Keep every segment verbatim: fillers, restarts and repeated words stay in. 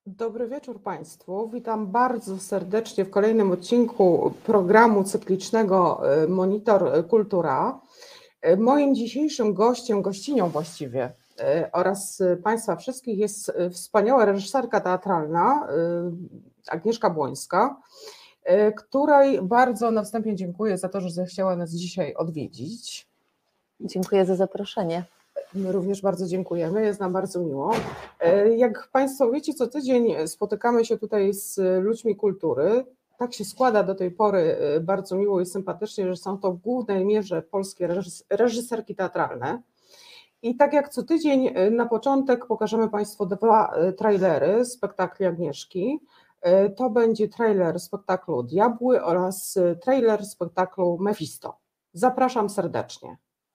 Dobry wieczór Państwu. Witam bardzo serdecznie w kolejnym odcinku programu cyklicznego Monitor Kultura. Moim dzisiejszym gościem, gościnią właściwie oraz Państwa wszystkich jest wspaniała reżyserka teatralna Agnieszka Błońska, której bardzo na wstępie dziękuję za to, że zechciała nas dzisiaj odwiedzić. Dziękuję za zaproszenie. My również bardzo dziękujemy, jest nam bardzo miło. Jak Państwo wiecie, co tydzień spotykamy się tutaj z ludźmi kultury. Tak się składa do tej pory bardzo miło i sympatycznie, że są to w głównej mierze polskie reżyserki teatralne. I tak jak co tydzień na początek pokażemy Państwu dwa trailery spektakli Agnieszki. To będzie trailer spektaklu Diabły oraz trailer spektaklu Mefisto. Zapraszam serdecznie.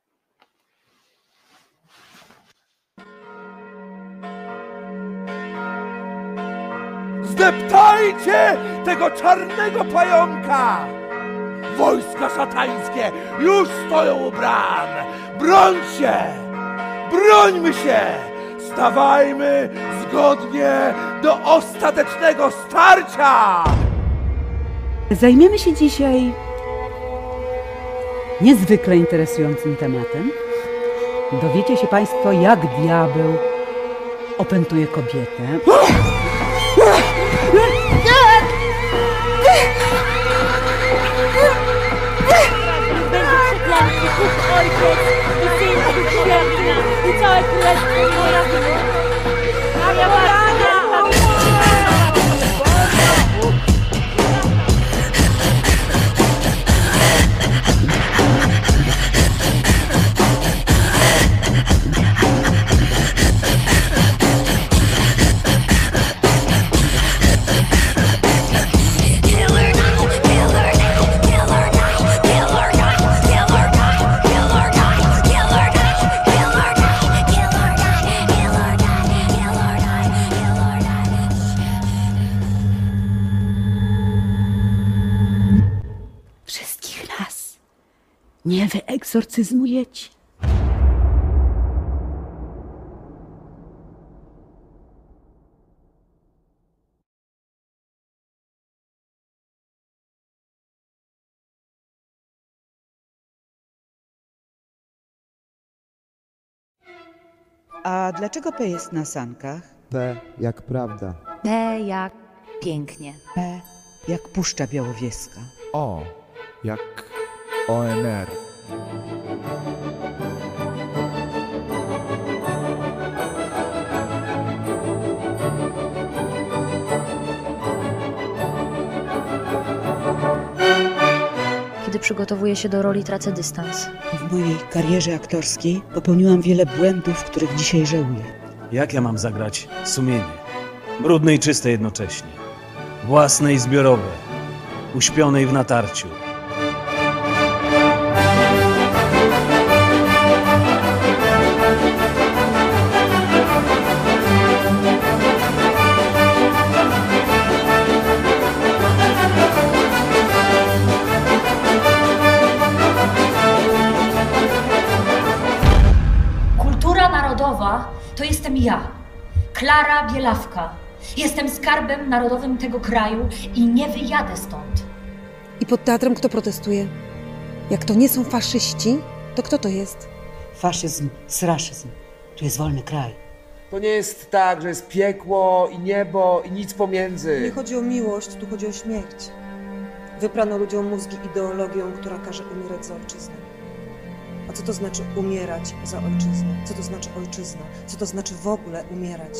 Zdeptajcie tego czarnego pająka! Wojska szatańskie już stoją u bram! Brońcie! Brońmy się! Stawajmy zgodnie do ostatecznego starcia! Zajmiemy się dzisiaj niezwykle interesującym tematem. Dowiecie się Państwo, jak diabeł opętuje kobietę. Będzie przeklęty Bóg Ojciec i Syn i Duch Święty i całe królestwo moja A ja bardzo Wszystkich nas nie wyegzorcyzmujecie. A dlaczego P jest na sankach? P jak prawda. P jak pięknie. P jak Puszcza Białowieska. O, jak O N R. Kiedy przygotowuję się do roli, tracę dystans. W mojej karierze aktorskiej popełniłam wiele błędów, których dzisiaj żałuję. Jak ja mam zagrać sumienie? Brudne i czyste jednocześnie. Własne i zbiorowe. Uśpione i w natarciu. Kultura narodowa to jestem ja, Klara Bielawka. Jestem skarbem narodowym tego kraju i nie wyjadę stąd. I pod teatrem kto protestuje? Jak to nie są faszyści, to kto to jest? Faszyzm, sraszyzm. Tu jest wolny kraj. To nie jest tak, że jest piekło i niebo i nic pomiędzy. Nie chodzi o miłość, tu chodzi o śmierć. Wyprano ludziom mózgi ideologią, która każe umierać za ojczyznę. A co to znaczy umierać za ojczyznę? Co to znaczy ojczyzna? Co to znaczy w ogóle umierać?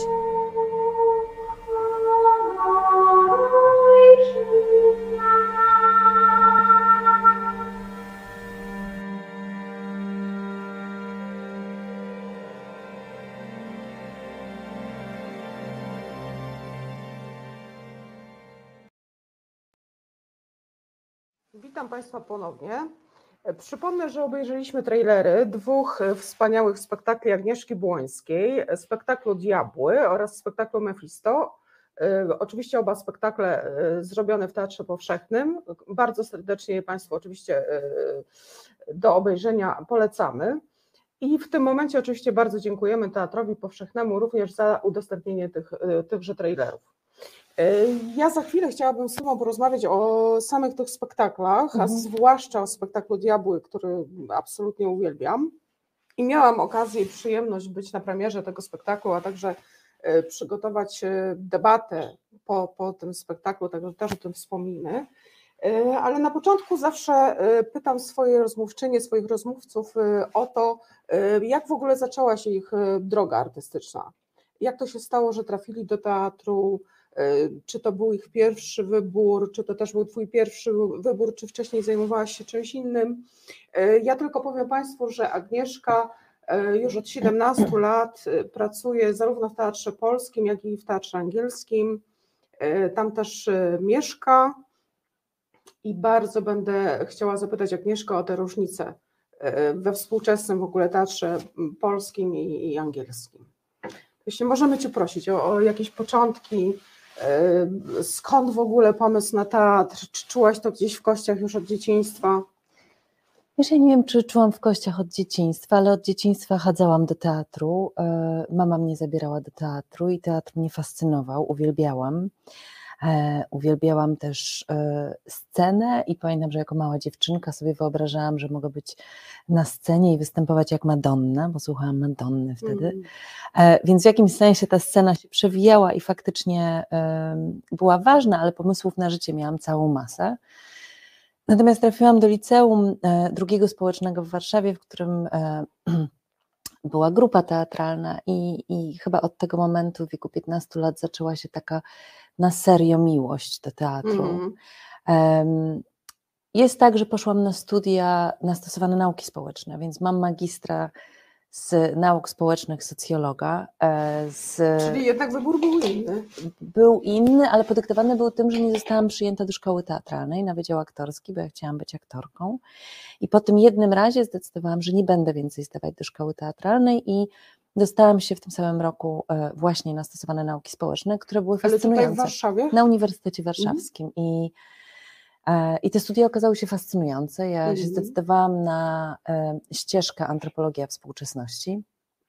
Witam Państwa ponownie. Przypomnę, że obejrzeliśmy trailery dwóch wspaniałych spektakli Agnieszki Błońskiej, spektaklu Diabły oraz spektaklu Mefisto. Oczywiście oba spektakle zrobione w Teatrze Powszechnym. Bardzo serdecznie je Państwu oczywiście do obejrzenia polecamy. I w tym momencie oczywiście bardzo dziękujemy Teatrowi Powszechnemu również za udostępnienie tych, tychże trailerów. Ja za chwilę chciałabym z Tobą porozmawiać o samych tych spektaklach, a Mhm. zwłaszcza o spektaklu Diabły, który absolutnie uwielbiam. I miałam okazję i przyjemność być na premierze tego spektaklu, a także e, przygotować e, debatę po, po tym spektaklu, także też o tym wspomnimy. E, Ale na początku zawsze e, pytam swoje rozmówczynie, swoich rozmówców e, o to, e, jak w ogóle zaczęła się ich e, droga artystyczna. Jak to się stało, że trafili do teatru, e, czy to był ich pierwszy wybór, czy to też był Twój pierwszy wybór, czy wcześniej zajmowałaś się czymś innym. E, Ja tylko powiem Państwu, że Agnieszka e, już od siedemnastu lat e, pracuje zarówno w Teatrze Polskim, jak i w Teatrze Angielskim. E, Tam też e, mieszka i bardzo będę chciała zapytać Agnieszkę o te różnice e, we współczesnym w ogóle Teatrze Polskim i, i Angielskim. Jeśli możemy Cię prosić o, o jakieś początki, e, skąd w ogóle pomysł na teatr, czy czułaś to gdzieś w kościach już od dzieciństwa? Wiesz, ja nie wiem, czy czułam w kościach od dzieciństwa, ale od dzieciństwa chadzałam do teatru. E, Mama mnie zabierała do teatru i teatr mnie fascynował, uwielbiałam. E, Uwielbiałam też e, scenę i pamiętam, że jako mała dziewczynka sobie wyobrażałam, że mogę być na scenie i występować jak Madonna, bo słuchałam Madonny wtedy. Mm. E, Więc w jakimś sensie ta scena się przewijała i faktycznie e, była ważna, ale pomysłów na życie miałam całą masę. Natomiast trafiłam do liceum e, drugiego społecznego w Warszawie, w którym e, była grupa teatralna i, i chyba od tego momentu w wieku piętnastu lat zaczęła się taka na serio miłość do teatru. Mm. Em, Jest tak, że poszłam na studia na stosowane nauki społeczne, więc mam magistra z nauk społecznych socjologa. e, Z, Czyli jednak wybór był inny. Był inny, ale podyktowany był tym, że nie zostałam przyjęta do szkoły teatralnej na wydział aktorski, bo ja chciałam być aktorką. I po tym jednym razie zdecydowałam, że nie będę więcej zdawać do szkoły teatralnej i dostałam się w tym samym roku e, właśnie na stosowane nauki społeczne, które były Ale tutaj w fascynujące. Warszawie? Na Uniwersytecie Warszawskim. I, e, I te studia okazały się fascynujące. Ja się Mhm. zdecydowałam na e, ścieżkę antropologia współczesności.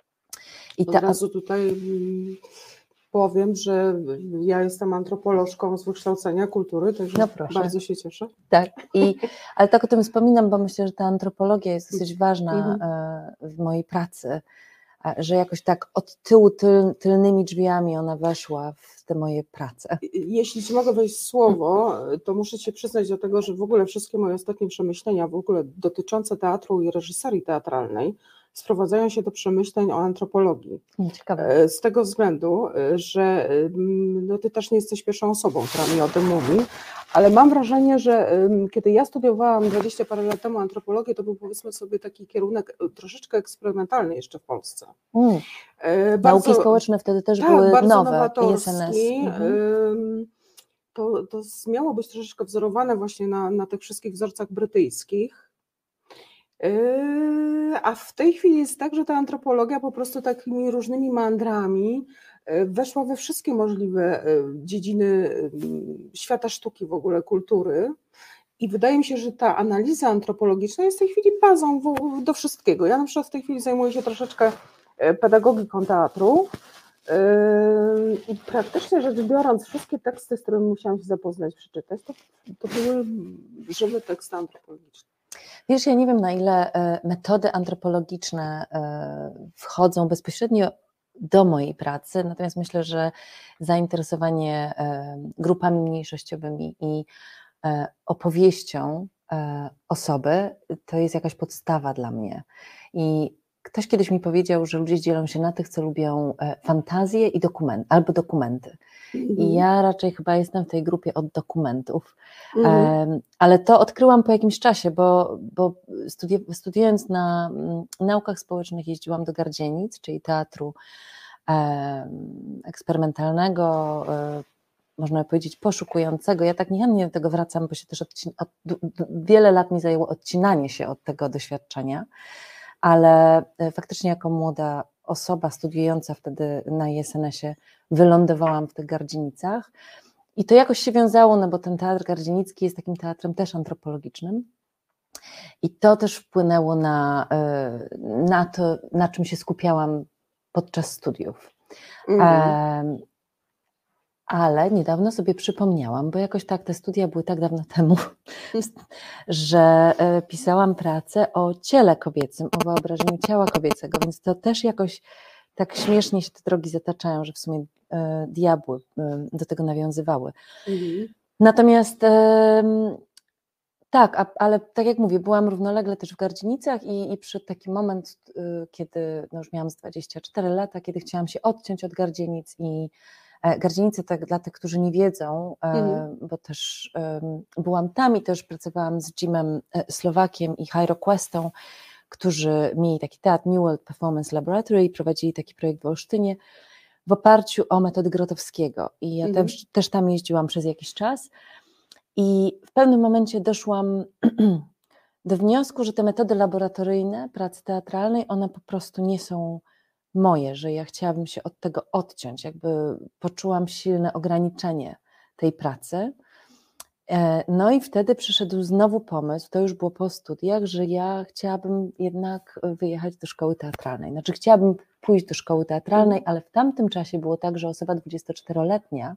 I Od ta, razu tutaj mm, powiem, że ja jestem antropolożką z wykształcenia kultury, także No proszę. bardzo się cieszę. Tak, i, ale tak o tym wspominam, bo myślę, że ta antropologia jest dosyć ważna Mhm. e, w mojej pracy, a, że jakoś tak od tyłu, tyl, tylnymi drzwiami ona weszła w te moje prace. Jeśli Ci mogę wejść w słowo, to muszę Cię przyznać do tego, że w ogóle wszystkie moje ostatnie przemyślenia w ogóle dotyczące teatru i reżyserii teatralnej sprowadzają się do przemyśleń o antropologii. Ciekawe. Z tego względu, że no, Ty też nie jesteś pierwszą osobą, która mi o tym mówi, ale mam wrażenie, że kiedy ja studiowałam dwadzieścia parę lat temu antropologię, to był powiedzmy sobie taki kierunek troszeczkę eksperymentalny jeszcze w Polsce. Mm. Bardzo, Nauki społeczne wtedy też tak, były bardzo nowe, nowatorski. I S N S. Mhm. To, to miało być troszeczkę wzorowane właśnie na, na tych wszystkich wzorcach brytyjskich. A w tej chwili jest tak, że ta antropologia po prostu takimi różnymi meandrami weszła we wszystkie możliwe dziedziny świata sztuki, w ogóle kultury. I wydaje mi się, że ta analiza antropologiczna jest w tej chwili bazą do wszystkiego. Ja na przykład w tej chwili zajmuję się troszeczkę pedagogiką teatru i praktycznie rzecz biorąc wszystkie teksty, z którymi musiałam się zapoznać, przeczytać, to, to były żywe teksty antropologiczne. Wiesz, ja nie wiem, na ile metody antropologiczne wchodzą bezpośrednio do mojej pracy, natomiast myślę, że zainteresowanie grupami mniejszościowymi i opowieścią osoby to jest jakaś podstawa dla mnie. I ktoś kiedyś mi powiedział, że ludzie dzielą się na tych, co lubią fantazję i dokument, albo dokumenty. Mhm. I ja raczej chyba jestem w tej grupie od dokumentów. Mhm. Ale to odkryłam po jakimś czasie, bo, bo studi- studiując na naukach społecznych jeździłam do Gardzienic, czyli teatru eksperymentalnego, można powiedzieć poszukującego. Ja tak niechętnie do tego wracam, bo się też odcin- od, wiele lat mi zajęło odcinanie się od tego doświadczenia, ale faktycznie jako młoda osoba studiująca wtedy na I S N S-ie wylądowałam w tych Gardzienicach i to jakoś się wiązało, no bo ten teatr gardzienicki jest takim teatrem też antropologicznym i to też wpłynęło na, na to, na czym się skupiałam podczas studiów. Mm. Ale niedawno sobie przypomniałam, bo jakoś tak te studia były tak dawno temu, że e, pisałam pracę o ciele kobiecym, o wyobrażeniu ciała kobiecego, więc to też jakoś tak śmiesznie się te drogi zataczają, że w sumie e, diabły e, do tego nawiązywały. Mhm. Natomiast e, tak, a, ale tak jak mówię, byłam równolegle też w Gardzienicach i, i przyszedł taki moment, y, kiedy no już miałam z dwadzieścia cztery lata, kiedy chciałam się odciąć od Gardzienic i e, Gardzienice, tak dla tych, którzy nie wiedzą, e, Mhm. bo też em, byłam tam i też pracowałam z Jimem e, Słowakiem i Jairo Questą, którzy mieli taki teatr New World Performance Laboratory i prowadzili taki projekt w Olsztynie w oparciu o metody Grotowskiego i ja Mhm. też, też tam jeździłam przez jakiś czas. I w pewnym momencie doszłam do wniosku, że te metody laboratoryjne pracy teatralnej, one po prostu nie są moje, że ja chciałabym się od tego odciąć, jakby poczułam silne ograniczenie tej pracy. E, No i wtedy przyszedł znowu pomysł, to już było po studiach, że ja chciałabym jednak wyjechać do szkoły teatralnej. Znaczy chciałabym pójść do szkoły teatralnej, ale w tamtym czasie było tak, że osoba dwudziestoczteroletnia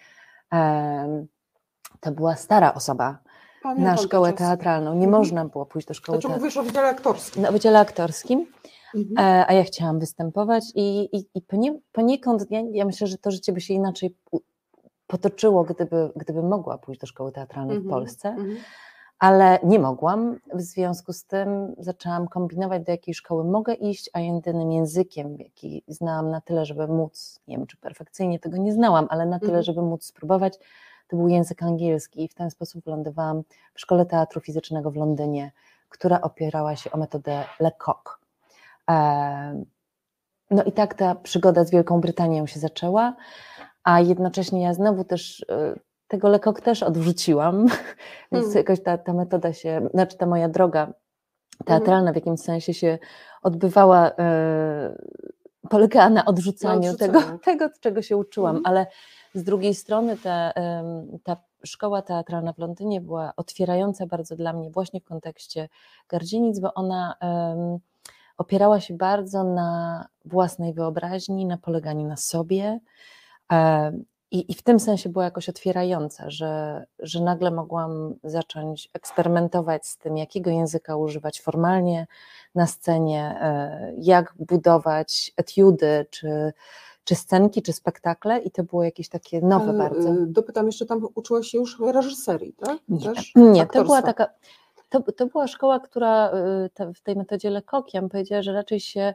em, to była stara osoba Pamiętam na te szkołę czasy. teatralną. Nie Mhm. można było pójść do szkoły Znaczy teatralnej. mówisz o wydziale aktorskim. Na wydziale aktorskim, Mhm. e, a ja chciałam występować i, i, i ponie, poniekąd, ja, ja myślę, że to życie by się inaczej u- potoczyło, gdyby, gdyby mogła pójść do szkoły teatralnej w Mhm. Polsce, Mhm. ale nie mogłam. W związku z tym zaczęłam kombinować, do jakiej szkoły mogę iść, a jedynym językiem, jaki znałam na tyle, żeby móc, nie wiem, czy perfekcyjnie tego nie znałam, ale na tyle, Mhm. żeby móc spróbować, to był język angielski i w ten sposób wylądowałam w Szkole Teatru Fizycznego w Londynie, która opierała się o metodę Lecoq. E, No i tak ta przygoda z Wielką Brytanią się zaczęła, a jednocześnie ja znowu też e, tego Lecoq też odwróciłam, więc Mhm. jakoś ta, ta metoda się, znaczy ta moja droga teatralna w jakimś sensie się odbywała, e, polegała na odrzucaniu, Na tego, odrzuceniu. tego, czego się uczyłam, Mhm. ale z drugiej strony ta, em, ta szkoła teatralna w Londynie była otwierająca bardzo dla mnie właśnie w kontekście Gardzienic, bo ona em, opierała się bardzo na własnej wyobraźni, na poleganiu na sobie. em, I, I w tym sensie była jakoś otwierająca, że, że nagle mogłam zacząć eksperymentować z tym, jakiego języka używać formalnie na scenie, e, jak budować etiudy, czy, czy scenki, czy spektakle, i to było jakieś takie nowe Ale, bardzo. y, dopytam jeszcze, tam uczyłaś się już reżyserii, tak? Nie, Też nie, to była aktorstwa. taka, to, to była szkoła, która y, ta, w tej metodzie Lecoq, ja bym powiedziała, że raczej się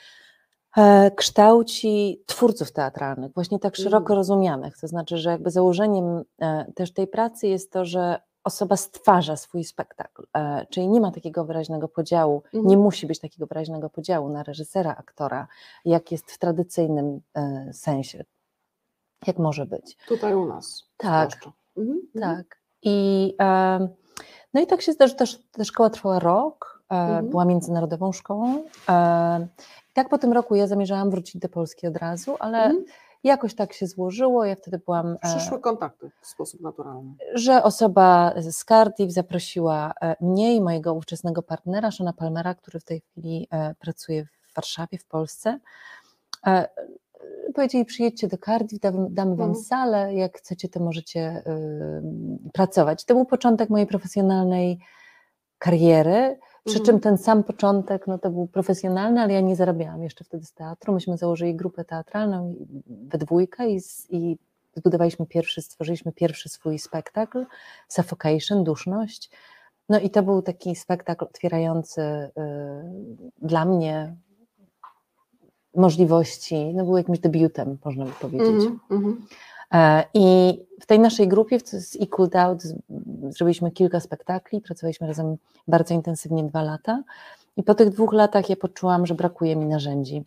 e, kształci twórców teatralnych, właśnie tak szeroko Mhm. rozumianych, to znaczy, że jakby założeniem e, też tej pracy jest to, że osoba stwarza swój spektakl, e, czyli nie ma takiego wyraźnego podziału, Mhm. nie musi być takiego wyraźnego podziału na reżysera, aktora, jak jest w tradycyjnym e, sensie, jak może być. Tutaj u nas. Tak, zwłaszcza. Mhm. Mhm. tak. I, e, no i tak się zdarzy, też ta szkoła trwała rok, e, Mhm. była międzynarodową szkołą. E, i tak po tym roku ja zamierzałam wrócić do Polski od razu, ale Mhm. jakoś tak się złożyło, ja wtedy byłam, e, Przyszły kontakty w sposób naturalny. że osoba z Cardiff zaprosiła e, mnie i mojego ówczesnego partnera, Shona Palmera, który w tej chwili e, pracuje w Warszawie, w Polsce. E, Powiedzieli, przyjedźcie do Cardiff, damy, damy wam Mhm. salę, jak chcecie, to możecie y, pracować. To był początek mojej profesjonalnej kariery, przy Mhm. czym ten sam początek, no to był profesjonalny, ale ja nie zarabiałam jeszcze wtedy z teatru. Myśmy założyli grupę teatralną we dwójkę i, z, i zbudowaliśmy pierwszy, stworzyliśmy pierwszy swój spektakl, Suffocation, Duszność. No i to był taki spektakl otwierający y, dla mnie możliwości, no był jakimś debiutem, można by powiedzieć. Mhm. Mhm. E, I w tej naszej grupie z Equal Out z- zrobiliśmy kilka spektakli, pracowaliśmy razem bardzo intensywnie dwa lata i po tych dwóch latach ja poczułam, że brakuje mi narzędzi.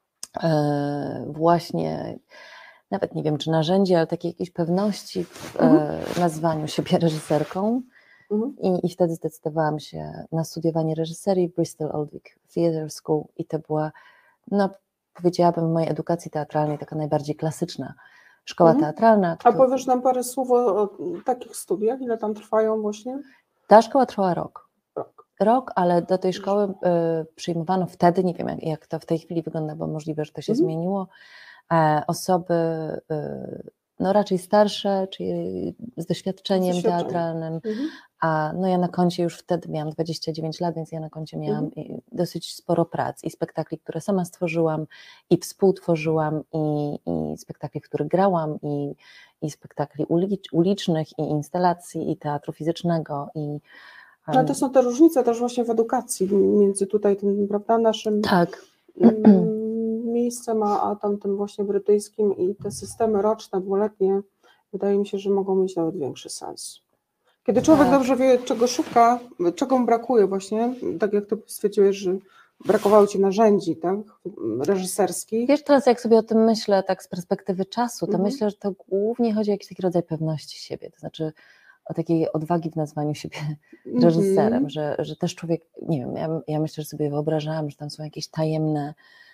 E, Właśnie, nawet nie wiem czy narzędzi, ale takiej jakiejś pewności w e, Mhm. nazwaniu siebie reżyserką. Mhm. I, I wtedy zdecydowałam się na studiowanie reżyserii w Bristol Old Vic Theatre School i to była, no powiedziałabym, w mojej edukacji teatralnej taka najbardziej klasyczna szkoła Mhm. teatralna. A która- powiesz nam parę słów o, o takich studiach, ile tam trwają właśnie? Ta szkoła trwała rok. Rok. Rok, ale do tej szkoły y, przyjmowano wtedy, nie wiem jak, jak to w tej chwili wygląda, bo możliwe, że to się Mhm. zmieniło, e, osoby y, no raczej starsze, czyli z doświadczeniem Doświadczenie. teatralnym, Mhm. a no ja na koncie już wtedy miałam dwadzieścia dziewięć lat, więc ja na koncie miałam Mhm. i dosyć sporo prac i spektakli, które sama stworzyłam i współtworzyłam i, i spektakli, w których grałam i, i spektakli ulicz, ulicznych i instalacji i teatru fizycznego i Ale to są te różnice też właśnie w edukacji między tutaj tym, prawda, naszym tak. mm, miejscem, a, a tamtym właśnie brytyjskim i te systemy roczne, dwuletnie, wydaje mi się, że mogą mieć nawet większy sens. Kiedy człowiek Tak. dobrze wie, czego szuka, czego mu brakuje właśnie, tak jak ty stwierdziłeś, że brakowało ci narzędzi, tak, reżyserskich. Wiesz, teraz jak sobie o tym myślę, tak z perspektywy czasu, to Mhm. myślę, że to głównie chodzi o jakiś taki rodzaj pewności siebie, to znaczy o takiej odwagi w nazwaniu siebie reżyserem, Mhm. że, że też człowiek, nie wiem, ja, ja myślę, że sobie wyobrażałam, że tam są jakieś tajemne,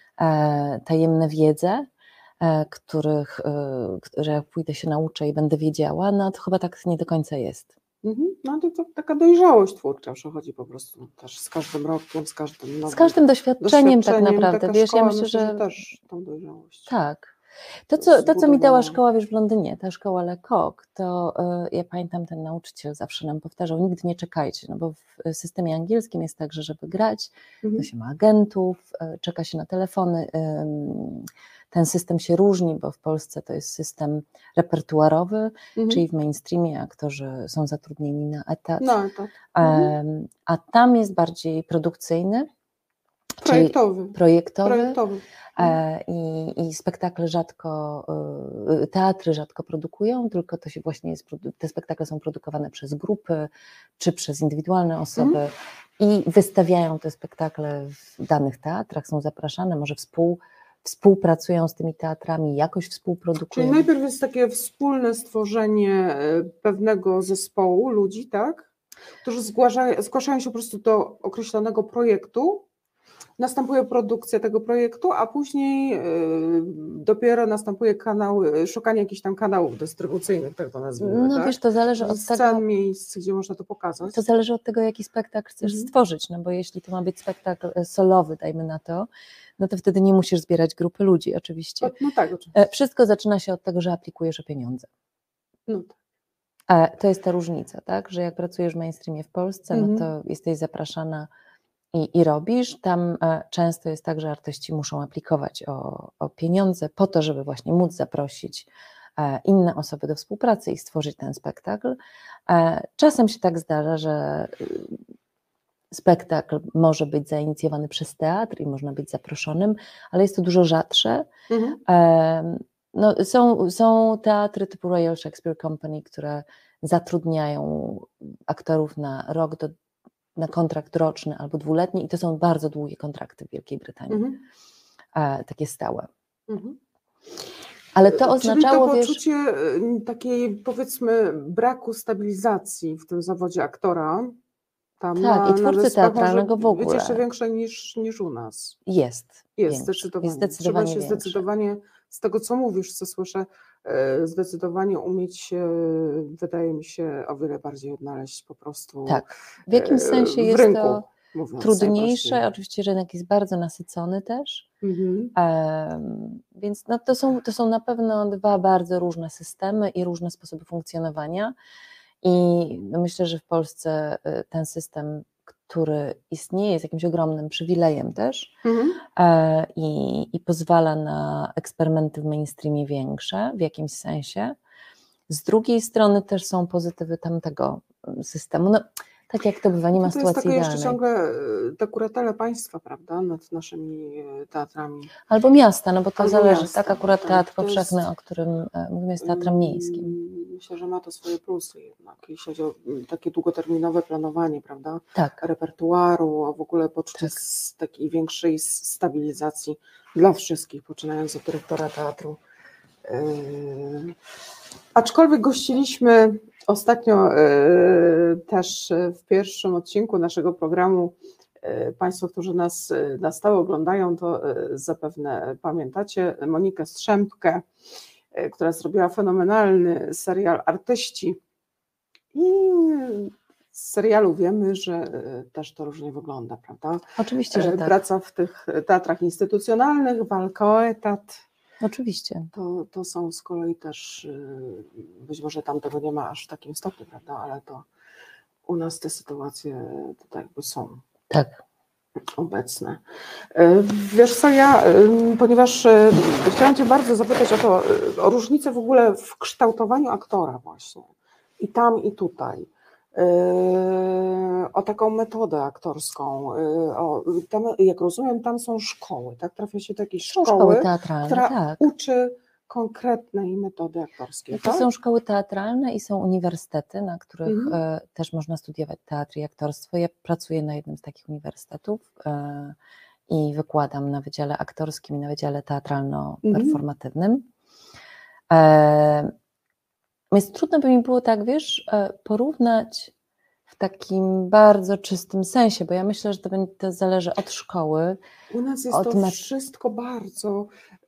e, tajemne wiedze, e, których, e, że jak pójdę się nauczę i będę wiedziała, no to chyba tak nie do końca jest. Mhm. No to, to taka dojrzałość twórcza przychodzi po prostu też z każdym rokiem, z każdym nowym Z każdym doświadczeniem, tak doświadczeniem. naprawdę, Taka wiesz, szkoła, ja myślę, myślę, że, że też tą dojrzałość. tak. To co, to, co mi dała zbudowała. szkoła, wiesz, w Londynie, ta szkoła Lecoq, to y, ja pamiętam, ten nauczyciel zawsze nam powtarzał, nigdy nie czekajcie, no bo w systemie angielskim jest tak, że żeby grać, Mhm. to się ma agentów, y, czeka się na telefony, y, ten system się różni, bo w Polsce to jest system repertuarowy, Mhm. czyli w mainstreamie aktorzy są zatrudnieni na etat, No, tak. y, a tam jest bardziej produkcyjny, Projektowy. czyli projektowy, Projektowy. E, I, I spektakle rzadko, y, teatry rzadko produkują, tylko to się właśnie jest, te spektakle są produkowane przez grupy czy przez indywidualne osoby Mhm. i wystawiają te spektakle w danych teatrach, są zapraszane, może współ, współpracują z tymi teatrami, jakoś współprodukują. Czyli najpierw jest takie wspólne stworzenie e, pewnego zespołu ludzi, tak? Którzy zgłaszają, zgłaszają się po prostu do określonego projektu. Następuje produkcja tego projektu, a później y, dopiero następuje kanał, szukanie jakichś tam kanałów dystrybucyjnych, tak to nazwijmy. No tak? wiesz, to zależy od Scen, tego, miejsc, gdzie można to pokazać. to zależy od tego, jaki spektakl chcesz Mhm. stworzyć, no bo jeśli to ma być spektakl solowy, dajmy na to, no to wtedy nie musisz zbierać grupy ludzi, oczywiście. No tak, oczywiście. E, Wszystko zaczyna się od tego, że aplikujesz o pieniądze. No tak. E, To jest ta różnica, tak, że jak pracujesz w mainstreamie w Polsce, no Mhm. to jesteś zapraszana i, i robisz. Tam e, często jest tak, że artyści muszą aplikować o, o pieniądze po to, żeby właśnie móc zaprosić e, inne osoby do współpracy i stworzyć ten spektakl. E, Czasem się tak zdarza, że y, spektakl może być zainicjowany przez teatr i można być zaproszonym, ale jest to dużo rzadsze. Mhm. E, No, są, są teatry typu Royal Shakespeare Company, które zatrudniają aktorów na rok, do, na kontrakt roczny albo dwuletni i to są bardzo długie kontrakty w Wielkiej Brytanii, Mhm. e, takie stałe. Mhm. Ale to oznaczało, Czyli to wiesz, poczucie y, takiej, powiedzmy, braku stabilizacji w tym zawodzie aktora. Tam Tak, na, i na twórcy Wyspach teatralnego może w być ogóle. jeszcze większe niż, niż u nas. jest. Jest, większy, zdecydowanie. jest zdecydowanie Trzeba się większy. zdecydowanie, z tego co mówisz, co słyszę, e, zdecydowanie umieć się, wydaje mi się, o wiele bardziej odnaleźć po prostu Tak, w jakimś e, sensie w jest rynku, to mówiąc trudniejsze, najprościej. oczywiście rynek jest bardzo nasycony też, Mhm. em, więc no to, są, to są na pewno dwa bardzo różne systemy i różne sposoby funkcjonowania i no myślę, że w Polsce y, ten system, który istnieje, jest jakimś ogromnym przywilejem też Mhm. e, i, i pozwala na eksperymenty w mainstreamie większe w jakimś sensie. Z drugiej strony też są pozytywy tamtego systemu. No, tak jak to bywa, nie ma To jest sytuacji takie jeszcze idealnej. ciągle e, ta kuratela państwa, prawda, nad naszymi e, teatrami. Albo miasta, no bo to Albo zależy, miasta, tak akurat tak, teatr to powszechny, jest- o którym e, mówimy, jest teatrem miejskim. Mm, Myślę, że ma to swoje plusy jednak, jeśli chodzi o mm, takie długoterminowe planowanie, prawda, Tak, repertuaru, a w ogóle poczucie Tak. z takiej większej s- stabilizacji dla wszystkich, poczynając od dyrektora teatru. Yy, Aczkolwiek gościliśmy ostatnio yy, też w pierwszym odcinku naszego programu. Yy, Państwo, którzy nas yy, na stałe oglądają, to yy, zapewne pamiętacie Monikę Strzępkę, yy, która zrobiła fenomenalny serial Artyści. I z serialu wiemy, że yy, też to różnie wygląda, prawda? oczywiście, że Yy, tak. Praca w tych teatrach instytucjonalnych, walka o etat. Oczywiście. To, to są z kolei też, y, być może tam tego nie ma aż w takim stopniu, prawda, ale to u nas te sytuacje tutaj jakby są Tak. obecne. Y, Wiesz co, ja, y, ponieważ y, chciałam Cię bardzo zapytać o to, y, o różnicę w ogóle w kształtowaniu aktora właśnie, i tam, i tutaj. Yy, o taką metodę aktorską. Yy, o, tam, jak rozumiem, tam są szkoły, tak? Trafia się do jakiejś Są szkoły, szkoły teatralne, która tak. uczy konkretnej metody aktorskiej. To tak? są szkoły teatralne i są uniwersytety, na których Mhm. e, też można studiować teatr i aktorstwo. Ja pracuję na jednym z takich uniwersytetów e, i wykładam na Wydziale Aktorskim i na Wydziale Teatralno-Performatywnym. E, Więc trudno by mi było tak, wiesz, e, porównać w takim bardzo czystym sensie, bo ja myślę, że to, będzie, to zależy od szkoły. U nas jest od to met- wszystko bardzo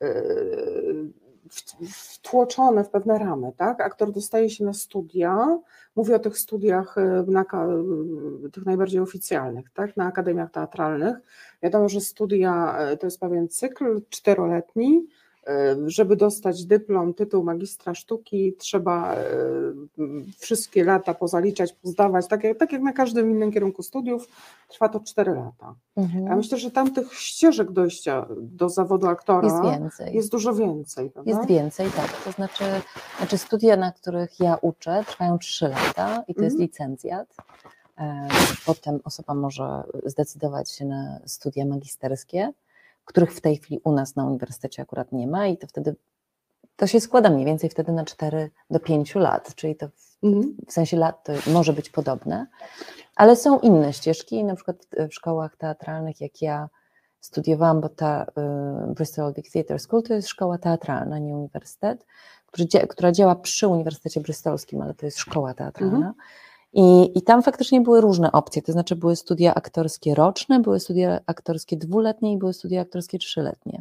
yy, w- wtłoczone w pewne ramy, tak? Aktor dostaje się na studia, mówię o tych studiach yy, na, ka- yy, tych najbardziej oficjalnych, tak? Na akademiach teatralnych. Wiadomo, że studia yy, to jest pewien cykl czteroletni. Yy, Żeby dostać dyplom, tytuł magistra sztuki, trzeba yy, wszystkie lata pozaliczać, pozdawać, tak jak, tak jak na każdym innym kierunku studiów, trwa to cztery lata. Mhm. Ja myślę, że tam tych ścieżek dojścia do zawodu aktora Jest więcej. jest dużo więcej, prawda? Jest więcej, tak. To znaczy, znaczy studia, na których ja uczę, trwają trzy lata i to jest Mhm. licencjat. E, Potem osoba może zdecydować się na studia magisterskie, których w tej chwili u nas na uniwersytecie akurat nie ma i to wtedy, to się składa mniej więcej wtedy na cztery do pięciu lat, czyli to w, Mhm. w sensie lat to może być podobne, ale są inne ścieżki, na przykład w, w szkołach teatralnych, jak ja studiowałam, bo ta y, Bristol Big Theatre School to jest szkoła teatralna, nie uniwersytet, który, dzia- która działa przy Uniwersytecie Bristolskim, ale to jest szkoła teatralna. Mhm. I, I tam faktycznie były różne opcje, to znaczy były studia aktorskie roczne, były studia aktorskie dwuletnie i były studia aktorskie trzyletnie.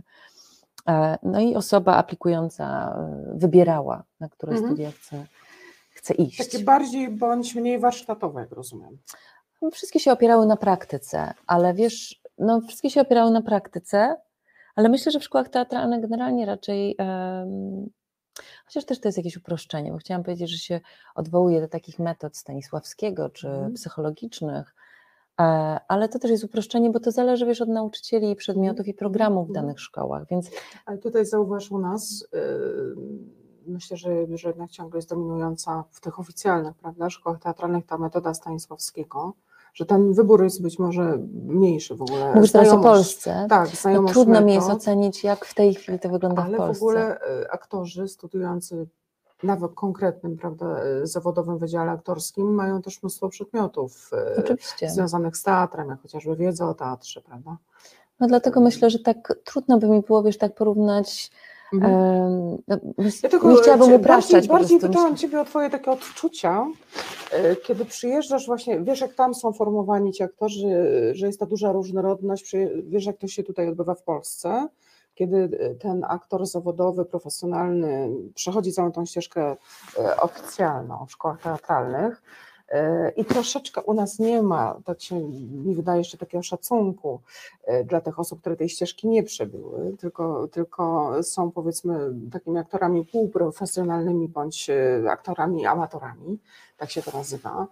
E, No i osoba aplikująca y, wybierała, na które Mhm. studia chce, chce iść. Takie bardziej bądź mniej warsztatowe, jak rozumiem. Wszystkie się opierały na praktyce, ale wiesz, no wszystkie się opierały na praktyce, ale myślę, że w szkołach teatralnych generalnie raczej, um, chociaż też to jest jakieś uproszczenie, bo chciałam powiedzieć, że się odwołuje do takich metod Stanisławskiego czy Mhm. psychologicznych, e, ale to też jest uproszczenie, bo to zależy, wiesz, od nauczycieli i przedmiotów i programów w Mhm. danych szkołach, więc Ale tutaj zauważ u nas, yy, myślę, że, że jednak ciągle jest dominująca w tych oficjalnych, prawda, szkołach teatralnych ta metoda Stanisławskiego, że ten wybór jest być może mniejszy w ogóle. mówisz teraz o Znajomość- Polsce, Tak, no znajomość trudno mi jest metod, ocenić, jak w tej chwili to wygląda ale w Polsce. w ogóle y, aktorzy studiujący nawet konkretnym, prawda, y, zawodowym wydziale aktorskim mają też mnóstwo przedmiotów y, Oczywiście. związanych z teatrem, jak chociażby wiedza o teatrze, prawda? No dlatego myślę, że tak trudno by mi było, wiesz, tak porównać. Mhm. em, no, Ja tylko nie chciałabym cię- upraszczać. Bardziej, po bardziej prostu. pytałam Myślę- Ciebie o Twoje takie odczucia, y, kiedy przyjeżdżasz właśnie, wiesz jak tam są formowani ci aktorzy, y, że jest ta duża różnorodność, przyje- wiesz jak to się tutaj odbywa w Polsce, kiedy y, ten aktor zawodowy, profesjonalny przechodzi całą tą ścieżkę y, oficjalną w szkołach teatralnych, y, i troszeczkę u nas nie ma, tak się mi wydaje, jeszcze takiego szacunku y, dla tych osób, które tej ścieżki nie przebyły, tylko, tylko są powiedzmy takimi aktorami półprofesjonalnymi bądź y, aktorami amatorami, tak się to nazywa.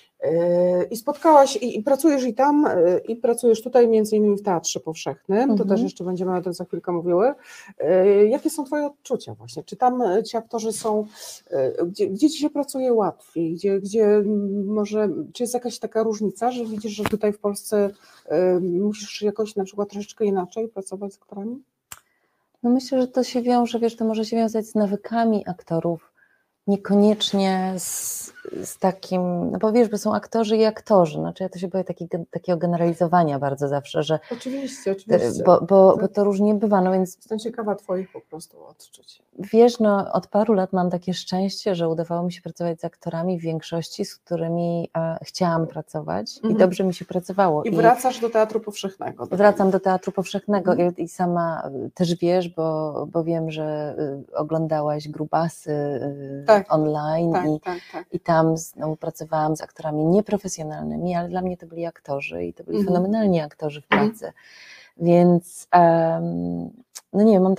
Y, I spotkałaś i, i pracujesz i tam, y, i pracujesz tutaj między innymi w Teatrze Powszechnym, to Mhm. też jeszcze będziemy o tym za chwilkę mówiły. Y, Jakie są Twoje odczucia właśnie? Czy tam y, ci aktorzy są, y, gdzie, gdzie Ci się pracuje łatwiej, gdzie, gdzie mm, może, czy jest jakaś taka różnica, że widzisz, że tutaj w Polsce y, musisz jakoś na przykład troszeczkę inaczej pracować z aktorami? No myślę, że to się wiąże, wiesz, to może się wiązać z nawykami aktorów, niekoniecznie z, z takim, no bo wiesz, bo są aktorzy i aktorzy, znaczy ja to się boję taki, takiego generalizowania bardzo zawsze, że Oczywiście, oczywiście. bo, bo, bo to różnie bywa, no więc Jestem ciekawa Twoich po prostu odczuć. wiesz, no od paru lat mam takie szczęście, że udawało mi się pracować z aktorami w większości, z którymi e, chciałam pracować Mhm. i dobrze mi się pracowało. I wracasz do Teatru Powszechnego. do Wracam do Teatru Powszechnego Mhm. i, i sama y, też wiesz, bo, bo wiem, że y, oglądałaś Grubasy y, Tak, online Tak, i, tak, tak. i tam znowu pracowałam z aktorami nieprofesjonalnymi, ale dla mnie to byli aktorzy i to byli Mhm. fenomenalni aktorzy w Mhm. pracy. Więc em, no nie wiem, mam takie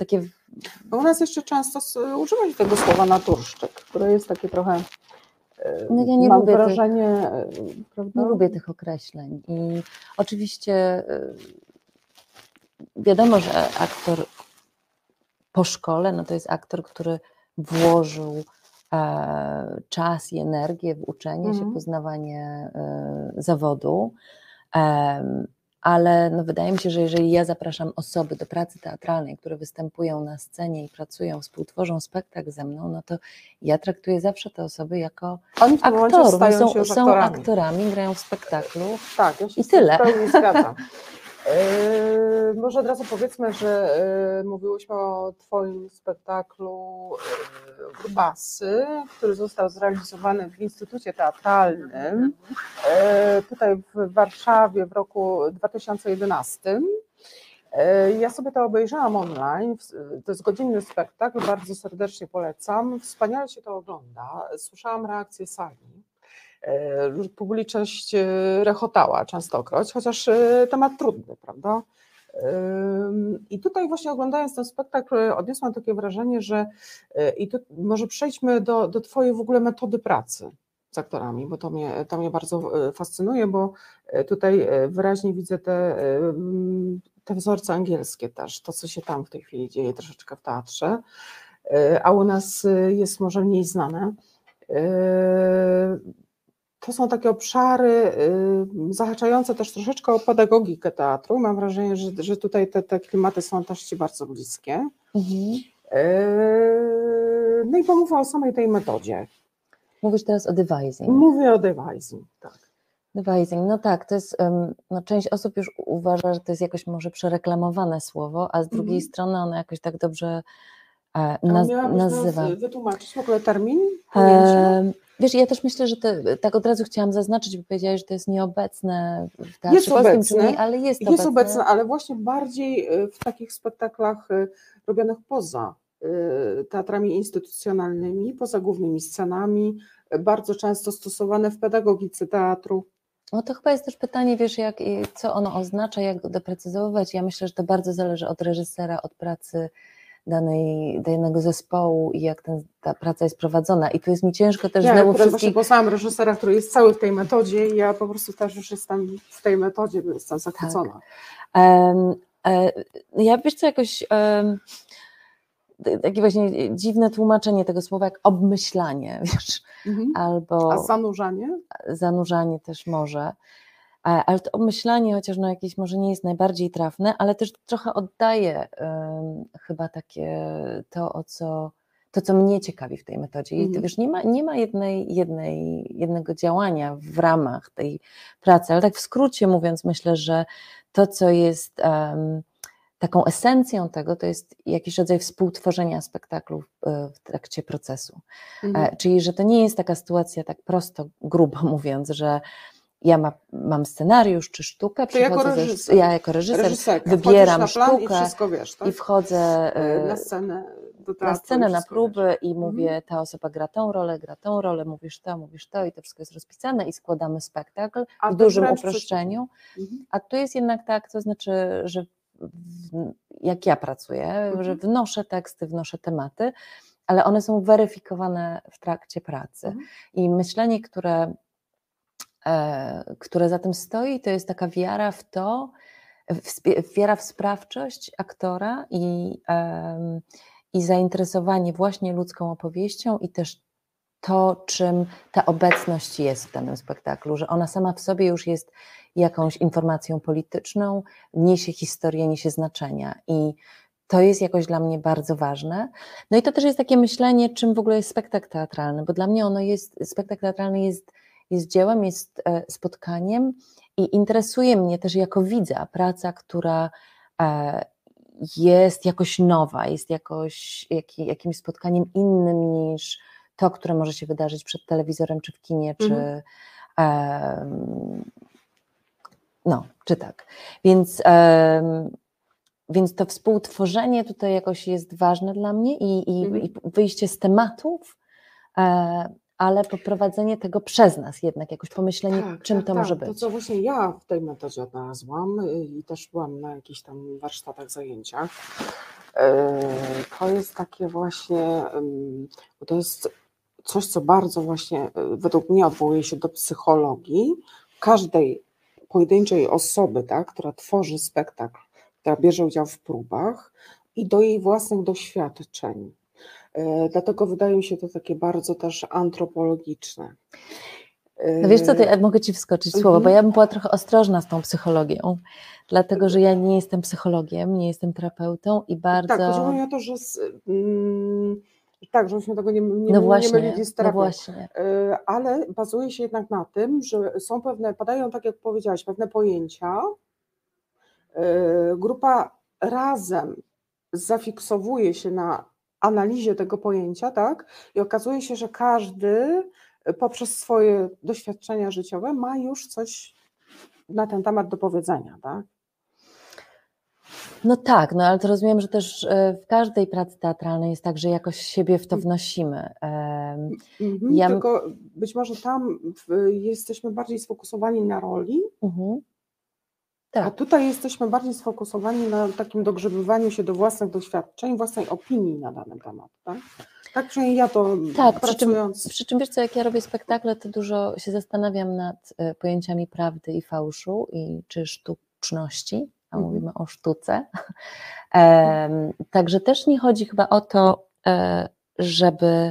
Bo u nas jeszcze często s- używa się tego słowa naturszczyk, które jest takie trochę, e, No ja nie mam lubię tych- wrażenie, e, prawda? Nie lubię tych określeń i oczywiście y, wiadomo, że aktor po szkole, no to jest aktor, który włożył e, czas i energię w uczenie się, Mhm. poznawanie e, zawodu, Em, ale no wydaje mi się, że jeżeli ja zapraszam osoby do pracy teatralnej, które występują na scenie i pracują, współtworzą spektakl ze mną, no to ja traktuję zawsze te osoby jako Oni w tym momencie aktorów, no stają są, się już są aktorami. aktorami, grają w spektaklu. Tak, ja się I z tym tyle. w pełni zgadzam. Yy, może od razu powiedzmy, że yy, mówiłyśmy o Twoim spektaklu yy, Grubasy, który został zrealizowany w Instytucie Teatralnym yy, tutaj w Warszawie w roku dwa tysiące jedenastym. Yy, Ja sobie to obejrzałam online, w- to jest godzinny spektakl, bardzo serdecznie polecam, wspaniale się to ogląda, słyszałam reakcję sali. E, Publiczność e, rechotała częstokroć, chociaż e, temat trudny, prawda? Ym, I tutaj właśnie oglądając ten spektakl odniosłam takie wrażenie, że e, i tu może przejdźmy do, do Twojej w ogóle metody pracy z aktorami, bo to mnie, to mnie bardzo e, fascynuje, bo e, tutaj e, wyraźnie widzę te, e, mm, te wzorce angielskie też, to co się tam w tej chwili dzieje troszeczkę w teatrze, e, a u nas e, jest może mniej znane. E, To są takie obszary y, zahaczające też troszeczkę o pedagogikę teatru. Mam wrażenie, że, że tutaj te, te klimaty są też Ci bardzo bliskie. Mhm. Y, No i pomówę o samej tej metodzie. Mówisz teraz o devising. Mówię o devising, tak. Devising, no tak, to jest, em, no część osób już uważa, że to jest jakoś może przereklamowane słowo, a z drugiej Mhm. strony ono jakoś tak dobrze e, A naz miałabyś nazywa. nas wytłumaczyć w ogóle termin, pojęcie? Em, Wiesz, ja też myślę, że to, tak od razu chciałam zaznaczyć, bo powiedziałeś, że to jest nieobecne w teatrze Jest polskim, obecne, czy mniej, ale jest, Jest obecne. obecne, ale właśnie bardziej y, w takich spektaklach y, robionych poza y, teatrami instytucjonalnymi, poza głównymi scenami, y, bardzo często stosowane w pedagogice teatru. No to chyba jest też pytanie, wiesz, jak, i co ono oznacza, jak go doprecyzować. Ja myślę, że to bardzo zależy od reżysera, od pracy danej, danego zespołu i jak ten, ta praca jest prowadzona. I tu jest mi ciężko też Ja znowu akurat właśnie wszystkich... poznałam reżysera, który jest cały w tej metodzie i ja po prostu też już jestem w tej metodzie, bo jestem zachwycona. Um, e, ja wiesz co, jakoś um, takie właśnie dziwne tłumaczenie tego słowa jak obmyślanie, wiesz, Mhm. albo A zanurzanie? zanurzanie też może, e, ale to obmyślanie chociaż no jakieś może nie jest najbardziej trafne, ale też trochę oddaje um, chyba takie to, o co to, co mnie ciekawi w tej metodzie. I to, Mhm. wiesz, nie ma, nie ma jednej, jednej, jednego działania w ramach tej pracy, ale tak w skrócie mówiąc, myślę, że to, co jest um, taką esencją tego, to jest jakiś rodzaj współtworzenia spektaklu w, w trakcie procesu. Mhm. E, czyli, że to nie jest taka sytuacja tak prosto, grubo mówiąc, że ja ma, mam scenariusz czy sztukę, Ty jako przychodzę ze- reżyser, ja jako reżyser reżyserka, wybieram wchodzisz na plan sztukę i wszystko wiesz, tak? i wchodzę Y, na e, scenę do teatru na i scenę, na wszystko próby wiesz. i mówię, ta osoba gra tą rolę, gra tą rolę, mówisz to, mówisz to i to wszystko jest rozpisane i składamy spektakl A w to dużym wręcz uproszczeniu. Mhm. A tu jest jednak tak, to znaczy, że w, jak ja pracuję, Mhm. że wnoszę teksty, wnoszę tematy, ale one są weryfikowane w trakcie pracy. Mhm. I myślenie, które, e, które za tym stoi, to jest taka wiara w to, w, wiara w sprawczość aktora i, em, i zainteresowanie właśnie ludzką opowieścią i też to, czym ta obecność jest w danym spektaklu, że ona sama w sobie już jest jakąś informacją polityczną, niesie historię, niesie znaczenia i to jest jakoś dla mnie bardzo ważne. No i to też jest takie myślenie, czym w ogóle jest spektakl teatralny, bo dla mnie ono jest, spektakl teatralny jest, jest dziełem, jest e, spotkaniem i interesuje mnie też jako widza praca, która e, jest jakoś nowa, jest jakoś jak, jakimś spotkaniem innym niż to, które może się wydarzyć przed telewizorem, czy w kinie, czy, Mhm. em, no, czy tak. Więc, em, więc to współtworzenie tutaj jakoś jest ważne dla mnie i, i, Mhm. i wyjście z tematów, e, ale poprowadzenie tego przez nas jednak, jakoś pomyślenie, Tak, czym tak, to tak. może To, być. co właśnie ja w tej metodzie odnalazłam y, i też byłam na jakichś tam warsztatach, zajęciach, To jest takie właśnie, to jest coś, co bardzo właśnie według mnie odwołuje się do psychologii każdej pojedynczej osoby, tak, która tworzy spektakl, która bierze udział w próbach i do jej własnych doświadczeń. Dlatego wydaje mi się to takie bardzo też antropologiczne. No wiesz co, to ja mogę Ci wskoczyć w słowo, bo ja bym była trochę ostrożna z tą psychologią, dlatego że ja nie jestem psychologiem, nie jestem terapeutą i bardzo... Tak, chodzi mi o to, że z, mm, tak, żebyśmy tego nie, nie, no właśnie, nie mylili z terapią, no właśnie. Ale bazuje się jednak na tym, że są pewne, padają, tak jak powiedziałaś, pewne pojęcia, grupa razem zafiksowuje się na analizie tego pojęcia, tak, i okazuje się, że każdy poprzez swoje doświadczenia życiowe ma już coś na ten temat do powiedzenia, tak? No tak, no ale to rozumiem, że też w każdej pracy teatralnej jest tak, że jakoś siebie w to wnosimy. Mhm, ja... Tylko być może tam jesteśmy bardziej sfokusowani na roli, mhm. tak. A tutaj jesteśmy bardziej sfokusowani na takim dogrzebywaniu się do własnych doświadczeń, własnej opinii na dany temat, tak? Tak, przynajmniej ja to tak, pracując... przy czym, przy czym wiesz co, jak ja robię spektakle, to dużo się zastanawiam nad pojęciami prawdy i fałszu i czy sztuczności, a mhm. mówimy o sztuce. E, także też nie chodzi chyba o to, e, żeby,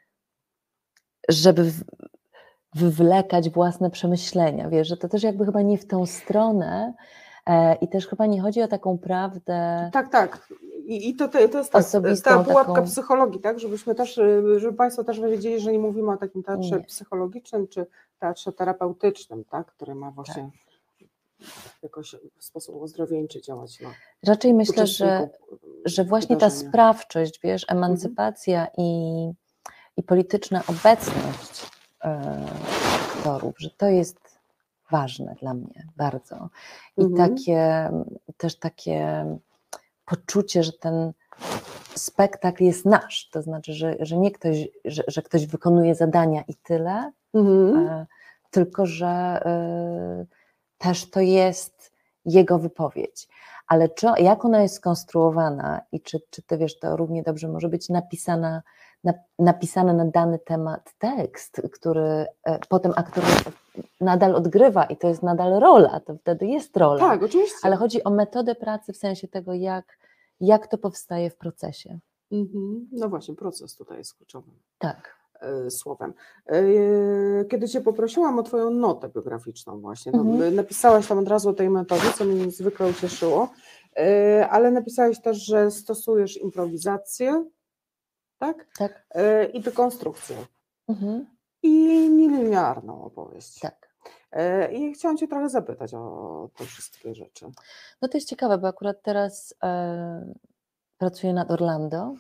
żeby wywlekać własne przemyślenia, wiesz, że to też jakby chyba nie w tą stronę e, i też chyba nie chodzi o taką prawdę. Tak, tak. I, i to, to, to jest tak, ta pułapka taką... psychologii, tak, żebyśmy też, żeby Państwo też wiedzieli, że nie mówimy o takim teatrze nie. psychologicznym czy teatrze terapeutycznym, tak, który ma właśnie tak. jakoś w sposób ozdrowieńczy działać. No. Raczej myślę, że, że właśnie wydarzenia. Ta sprawczość, wiesz, emancypacja mhm. i, i polityczna obecność e, aktorów, że to jest ważne dla mnie bardzo. I mhm. takie też takie poczucie, że ten spektakl jest nasz, to znaczy, że, że nie ktoś, że, że ktoś wykonuje zadania i tyle, mhm. e, tylko że e, też to jest jego wypowiedź. Ale czy, jak ona jest skonstruowana i czy, czy to wiesz, to równie dobrze może być napisana, na, napisany na dany temat tekst, który e, potem aktor nadal odgrywa i to jest nadal rola, to wtedy jest rola. Tak, oczywiście. Ale chodzi o metodę pracy w sensie tego, jak, jak to powstaje w procesie. Mhm. No właśnie, proces tutaj jest kluczowym tak. e, słowem. E, kiedy Cię poprosiłam o Twoją notę biograficzną właśnie, no, mhm. napisałaś tam od razu o tej metodzie, co mnie niezwykle ucieszyło, e, ale napisałaś też, że stosujesz improwizację, tak? Tak. E, i dekonstrukcję. Mhm. I nielinearną opowieść. Tak. I chciałam Cię trochę zapytać o te wszystkie rzeczy. No to jest ciekawe, bo akurat teraz e, pracuję nad Orlando.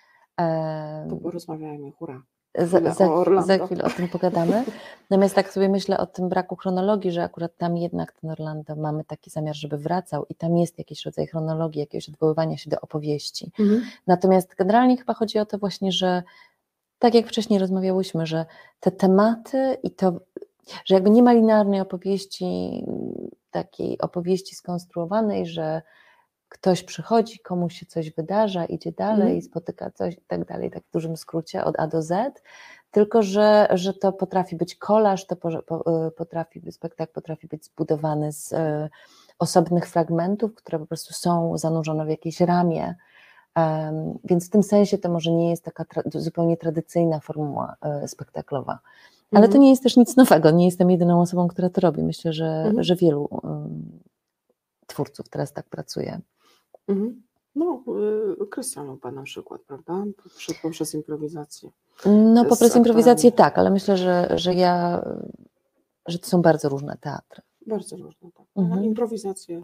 E, to porozmawiajmy, hurra. Za, za, za chwilę o tym pogadamy. Natomiast tak sobie myślę o tym braku chronologii, że akurat tam jednak ten Orlando mamy taki zamiar, żeby wracał i tam jest jakiś rodzaj chronologii, jakiegoś odwoływania się do opowieści. Mhm. Natomiast generalnie chyba chodzi o to właśnie, że tak jak wcześniej rozmawiałyśmy, że te tematy i to, że jakby nie ma linearnej opowieści, takiej opowieści skonstruowanej, że ktoś przychodzi, komuś się coś wydarza, idzie dalej, mm. spotyka coś i tak dalej, tak w dużym skrócie od A do Z, tylko że, że to potrafi być kolaż, to po, po, potrafi, spektakl potrafi być zbudowany z e, osobnych fragmentów, które po prostu są zanurzone w jakiejś ramie, um, więc w tym sensie to może nie jest taka tra- zupełnie tradycyjna formuła e, spektaklowa. Ale mm. to nie jest też nic nowego, nie jestem jedyną osobą, która to robi. Myślę, że, mm. że wielu um, twórców teraz tak pracuje. Mhm. No, Krystian Lupa na przykład, prawda? Poprzez, poprzez improwizację. No, poprzez improwizację tak, ale myślę, że, że ja, że to są bardzo różne teatry. Bardzo różne, tak. Mhm. Improwizacje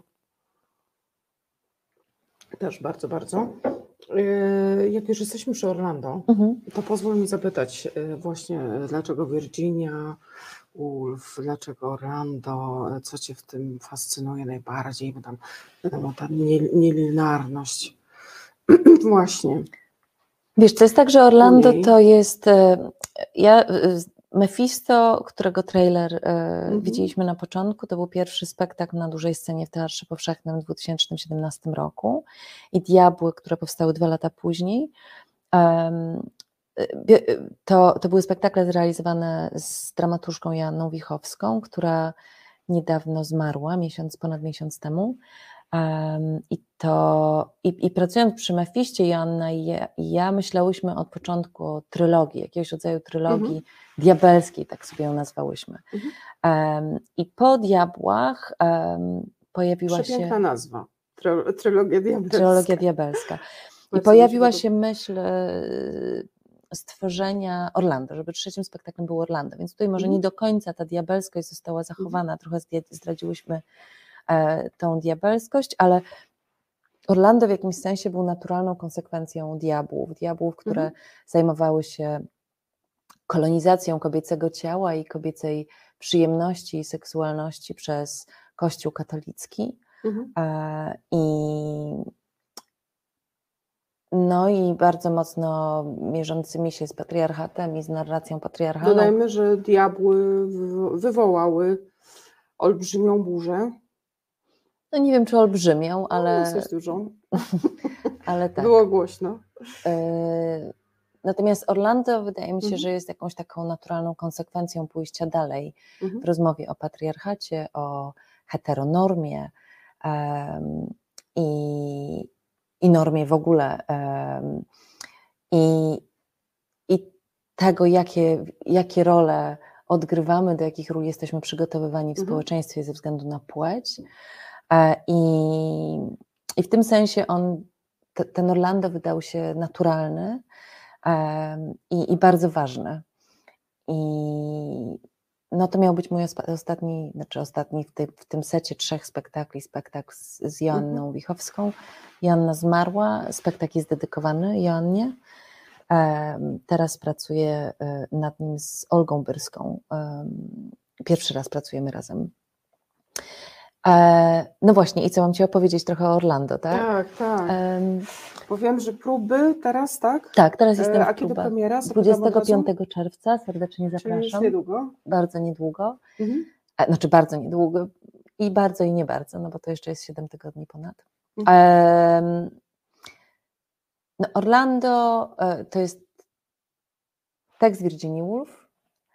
też bardzo, bardzo. Jak już jesteśmy przy Orlando, mhm. to pozwól mi zapytać właśnie, dlaczego Virginia Woolf, dlaczego Orlando, co Cię w tym fascynuje najbardziej, bo tam wiadomo, ta nielinearność. Właśnie. Wiesz, to jest tak, że Orlando to jest, ja Mephisto, którego trailer e, Mhm. widzieliśmy na początku, to był pierwszy spektakl na dużej scenie w Teatrze Powszechnym w dwa tysiące siedemnastym roku i Diabły, które powstały dwa lata później. em, bie- to, to były spektakle zrealizowane z dramaturżką Joanną Wichowską, która niedawno zmarła, miesiąc, ponad miesiąc temu. Um, I to i, i pracując przy Mefiście, Joanna i ja, i ja myślałyśmy od początku o trylogii, jakiegoś rodzaju trylogii Mhm. diabelskiej, tak sobie ją nazwałyśmy. Mhm. Um, I po Diabłach um, pojawiła Przepiękna się nazwa. Try- Trylogia diabelska. trylogia diabelska. I Bardzo mi pojawiła się się myśl e, stworzenia Orlando, żeby trzecim spektaklem było Orlando, więc tutaj może Mhm. nie do końca ta diabelskość została zachowana, trochę zdja- zdradziłyśmy e, tą diabelskość, ale Orlando w jakimś sensie był naturalną konsekwencją diabłów, diabłów, które Mhm. zajmowały się kolonizacją kobiecego ciała i kobiecej przyjemności i seksualności przez Kościół katolicki. Mhm. E, I no i bardzo mocno mierzącymi się z patriarchatem i z narracją patriarchalną. Dodajmy, że diabły w- wywołały olbrzymią burzę. No nie wiem, czy olbrzymią, ale, No, dosyć dużą. ale tak. Było głośno. E, Natomiast Orlando wydaje mi się, Mhm. że jest jakąś taką naturalną konsekwencją pójścia dalej Mhm. w rozmowie o patriarchacie, o heteronormie em, i, i normie w ogóle. em, i, I tego, jakie, jakie role odgrywamy, do jakich ról jesteśmy przygotowywani w Mhm. społeczeństwie ze względu na płeć. E, I, i w tym sensie on, te, ten Orlando wydał się naturalny em, i, i bardzo ważny. I no to miał być mój ospa- ostatni, znaczy ostatni w, tej, w tym secie trzech spektakli, spektakl z, z Joanną Mhm. Wichowską. Joanna zmarła, spektakl jest dedykowany Joannie. Em, Teraz pracuję e, nad nim z Olgą Byrską. Em, Pierwszy raz pracujemy razem. E, No właśnie, i co mam Ci opowiedzieć trochę o Orlando, tak? Tak, tak. Em, Bo wiem, że próby teraz, tak? Tak, teraz jestem E, w A kiedy próbach. premiera? Zapytam od dwudziestego razu. piątego czerwca, serdecznie Czyli już zapraszam. niedługo. Bardzo niedługo. Mhm. E, Znaczy bardzo niedługo. I bardzo i nie bardzo, no bo to jeszcze jest siedem tygodni ponad. Mhm. Em, No Orlando e, to jest tekst Virginia Woolf,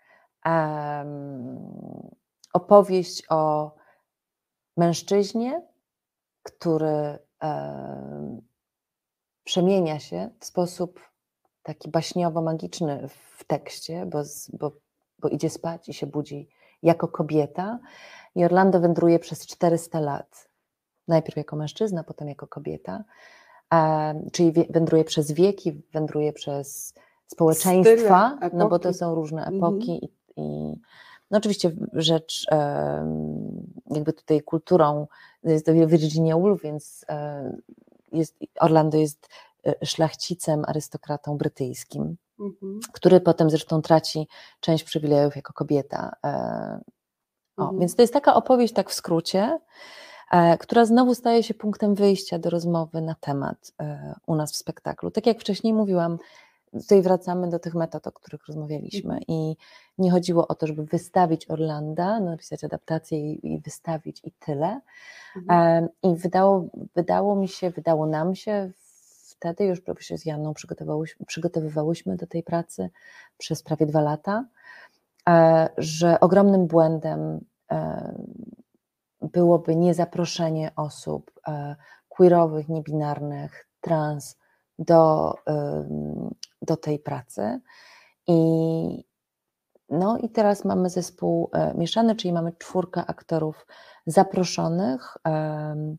em, opowieść o mężczyźnie, który em, przemienia się w sposób taki baśniowo-magiczny w tekście, bo, z, bo, bo idzie spać i się budzi jako kobieta i Orlando wędruje przez czterysta lat. Najpierw jako mężczyzna, potem jako kobieta. Um, czyli wie, wędruje przez wieki, wędruje przez społeczeństwa, Style, no bo to epoki. są różne Mhm. epoki i, i no oczywiście rzecz em, jakby tutaj kulturą jest to Virginia Woolf, więc e, jest, Orlando jest e, szlachcicem, arystokratą brytyjskim, Mhm. który potem zresztą traci część przywilejów jako kobieta. E, o, Mhm. Więc to jest taka opowieść, tak w skrócie, e, która znowu staje się punktem wyjścia do rozmowy na temat e, u nas w spektaklu. Tak jak wcześniej mówiłam, tutaj wracamy do tych metod, o których rozmawialiśmy Mhm. i nie chodziło o to, żeby wystawić Orlanda, napisać adaptację i, i wystawić i tyle. Mhm. E, I wydało, wydało mi się, wydało nam się wtedy, już się z Janną przygotowałyśmy, przygotowywałyśmy do tej pracy przez prawie dwa lata, e, że ogromnym błędem e, byłoby niezaproszenie osób e, queerowych, niebinarnych, trans do, ym, do tej pracy. I, no i teraz mamy zespół e, mieszany, czyli mamy czwórkę aktorów zaproszonych, em,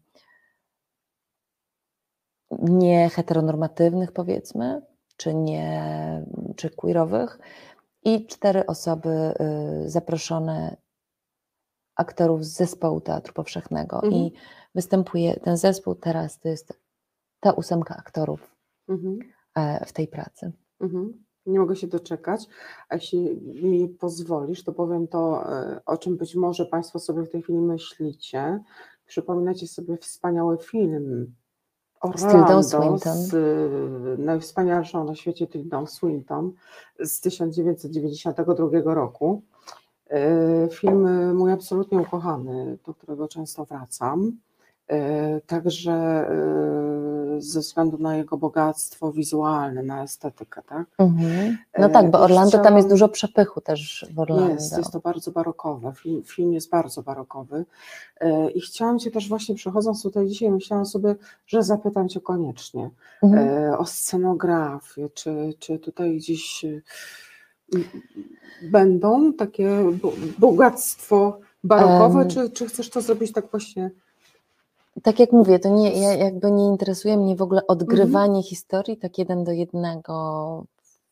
nie heteronormatywnych powiedzmy, czy nie, czy queerowych i cztery osoby y, zaproszone aktorów z zespołu Teatru Powszechnego. Mhm. I występuje ten zespół teraz, to jest ta ósemka aktorów Mhm. e, w tej pracy. Mhm. Nie mogę się doczekać. A jeśli mi pozwolisz, to powiem to, e, o czym być może Państwo sobie w tej chwili myślicie. Przypominacie sobie wspaniały film Orlando Swinton. z y, najwspanialszą na świecie Tildą Swinton z tysiąc dziewięćset dziewięćdziesiątego drugiego roku. Y, Film y, mój absolutnie ukochany, do którego często wracam. Y, Także y, ze względu na jego bogactwo wizualne, na estetykę, tak? Mhm. No Y, tak, bo i Orlando, tam chciałam- jest dużo przepychu też w Orlando. Jest, jest to bardzo barokowe. Film, film jest bardzo barokowy. E, I chciałam Cię też właśnie, przechodząc tutaj dzisiaj, myślałam sobie, że zapytam Cię koniecznie Mhm. e, o scenografię. Czy, czy tutaj gdzieś e, m, będą takie bo- bogactwo barokowe, Em. czy, czy chcesz to zrobić tak właśnie? Tak jak mówię, to nie, ja jakby nie interesuje mnie w ogóle odgrywanie Mhm. historii tak jeden do jednego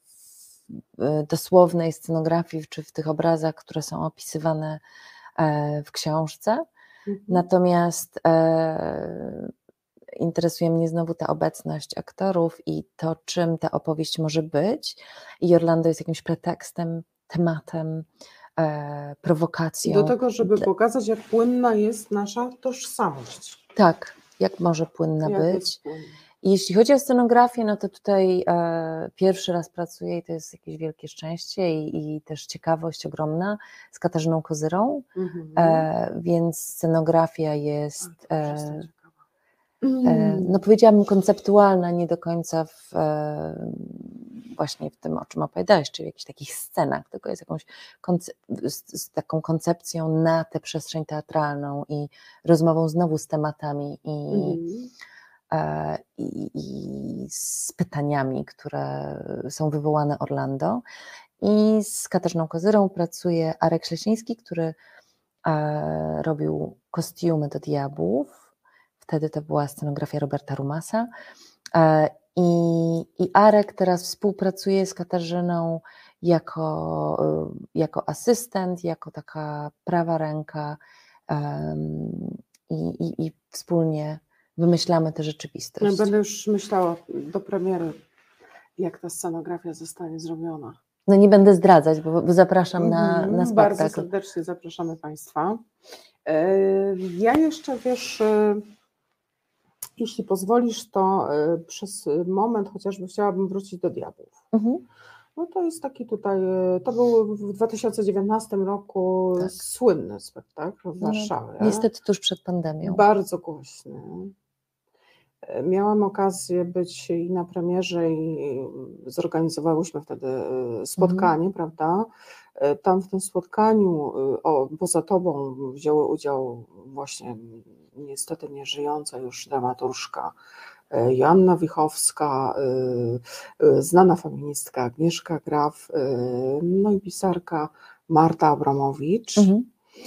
w dosłownej scenografii, czy w tych obrazach, które są opisywane e, w książce. Mhm. Natomiast e, interesuje mnie znowu ta obecność aktorów i to, czym ta opowieść może być. I Orlando jest jakimś pretekstem, tematem, e, I prowokacją. do tego, żeby Dla- pokazać, jak płynna jest nasza tożsamość. Tak, jak może płynna Jak być. jest płynna. I jeśli chodzi o scenografię, no to tutaj e, pierwszy raz pracuję i to jest jakieś wielkie szczęście i, i też ciekawość ogromna z Katarzyną Kozyrą, Mhm. e, więc scenografia jest, A, to już e, jestem ciekawa. e, no powiedziałabym konceptualna, nie do końca w, e, właśnie w tym, o czym opowiadałeś, czyli w jakichś takich scenach, tylko jest jakąś konce- z, z taką koncepcją na tę przestrzeń teatralną i rozmową znowu z tematami i Mhm. e, i, i z pytaniami, które są wywołane Orlando. I z Katarzyną Kozyrą pracuje Arek Ślesiński, który e, robił kostiumy do Diabłów. Wtedy to była scenografia Roberta Rumasa. E, i, I Arek teraz współpracuje z Katarzyną jako, e, jako asystent, jako taka prawa ręka em, i, i, i wspólnie wymyślamy tę Ja rzeczywistość. będę już myślała do premiery, jak ta scenografia zostanie zrobiona. No nie będę zdradzać, bo, bo zapraszam na, Mhm, na Bardzo spektakl. serdecznie zapraszamy Państwa. E, Ja jeszcze, wiesz, e, jeśli pozwolisz, to e, przez moment chociażby chciałabym wrócić do Diabłów. Mhm. No to jest taki tutaj, e, to był w dwa tysiące dziewiętnastym roku Tak. słynny spektakl w No, Warszawie. niestety tuż przed pandemią. Bardzo głośny. E, Miałam okazję być i na premierze i zorganizowałyśmy wtedy e, spotkanie, prawda? E, Tam w tym spotkaniu, e, o, poza Tobą wzięły udział właśnie niestety nieżyjąca już dramaturżka e, Joanna Wichowska, e, e, znana feministka Agnieszka Graf, e, no i pisarka Marta Abramowicz. Mhm.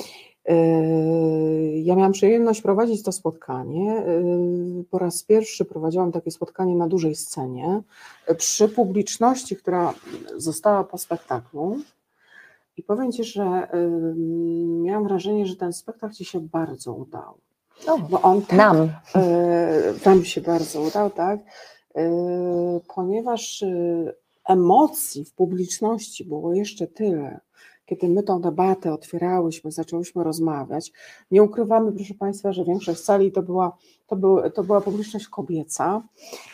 Ja miałam przyjemność prowadzić to spotkanie. Po raz pierwszy prowadziłam takie spotkanie na dużej scenie, przy publiczności, która została po spektaklu. I powiem Ci, że miałam wrażenie, że ten spektakl Ci się bardzo udał. O, Bo on tak, nam. e, Wam się bardzo udał, tak? E, Ponieważ e, emocji w publiczności było jeszcze tyle, kiedy my tą debatę otwierałyśmy, zaczęłyśmy rozmawiać. Nie ukrywamy, proszę Państwa, że większość sali to była, to był, to była publiczność kobieca,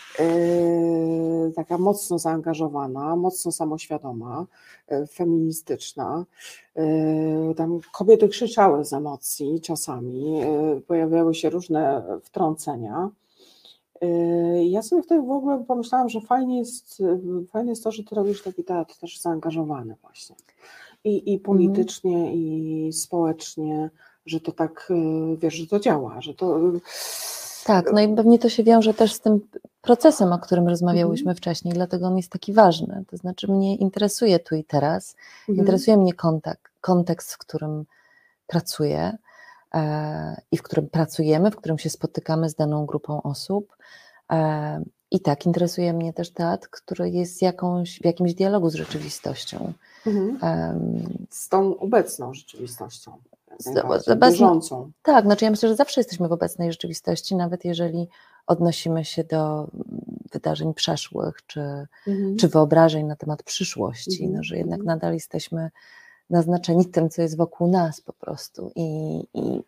e, taka mocno zaangażowana, mocno samoświadoma, e, feministyczna. E, Tam kobiety krzyczały z emocji czasami, e, pojawiały się różne wtrącenia. E, Ja sobie wtedy w ogóle pomyślałam, że fajnie jest, fajnie jest to, że Ty robisz taki teatr też zaangażowany właśnie. I, i politycznie, i społecznie, że to tak, e, wiesz, że to działa, że to... Tak, no i pewnie to się wiąże też z tym procesem, o którym rozmawiałyśmy wcześniej, dlatego on jest taki ważny. To znaczy mnie interesuje tu i teraz, Mhm. interesuje mnie kontek- kontekst, w którym pracuję e, i w którym pracujemy, w którym się spotykamy z daną grupą osób. E, I tak, interesuje mnie też teatr, który jest jakąś, w jakimś dialogu z rzeczywistością. Mhm. Em, Z tą obecną rzeczywistością, Z- najbardziej, z obecną- bieżącą. Tak, znaczy ja myślę, że zawsze jesteśmy w obecnej rzeczywistości, nawet jeżeli odnosimy się do wydarzeń przeszłych, czy, Mhm. czy wyobrażeń na temat przyszłości, Mhm, no, że jednak mhm. nadal jesteśmy naznaczeni tym, co jest wokół nas po prostu. I, i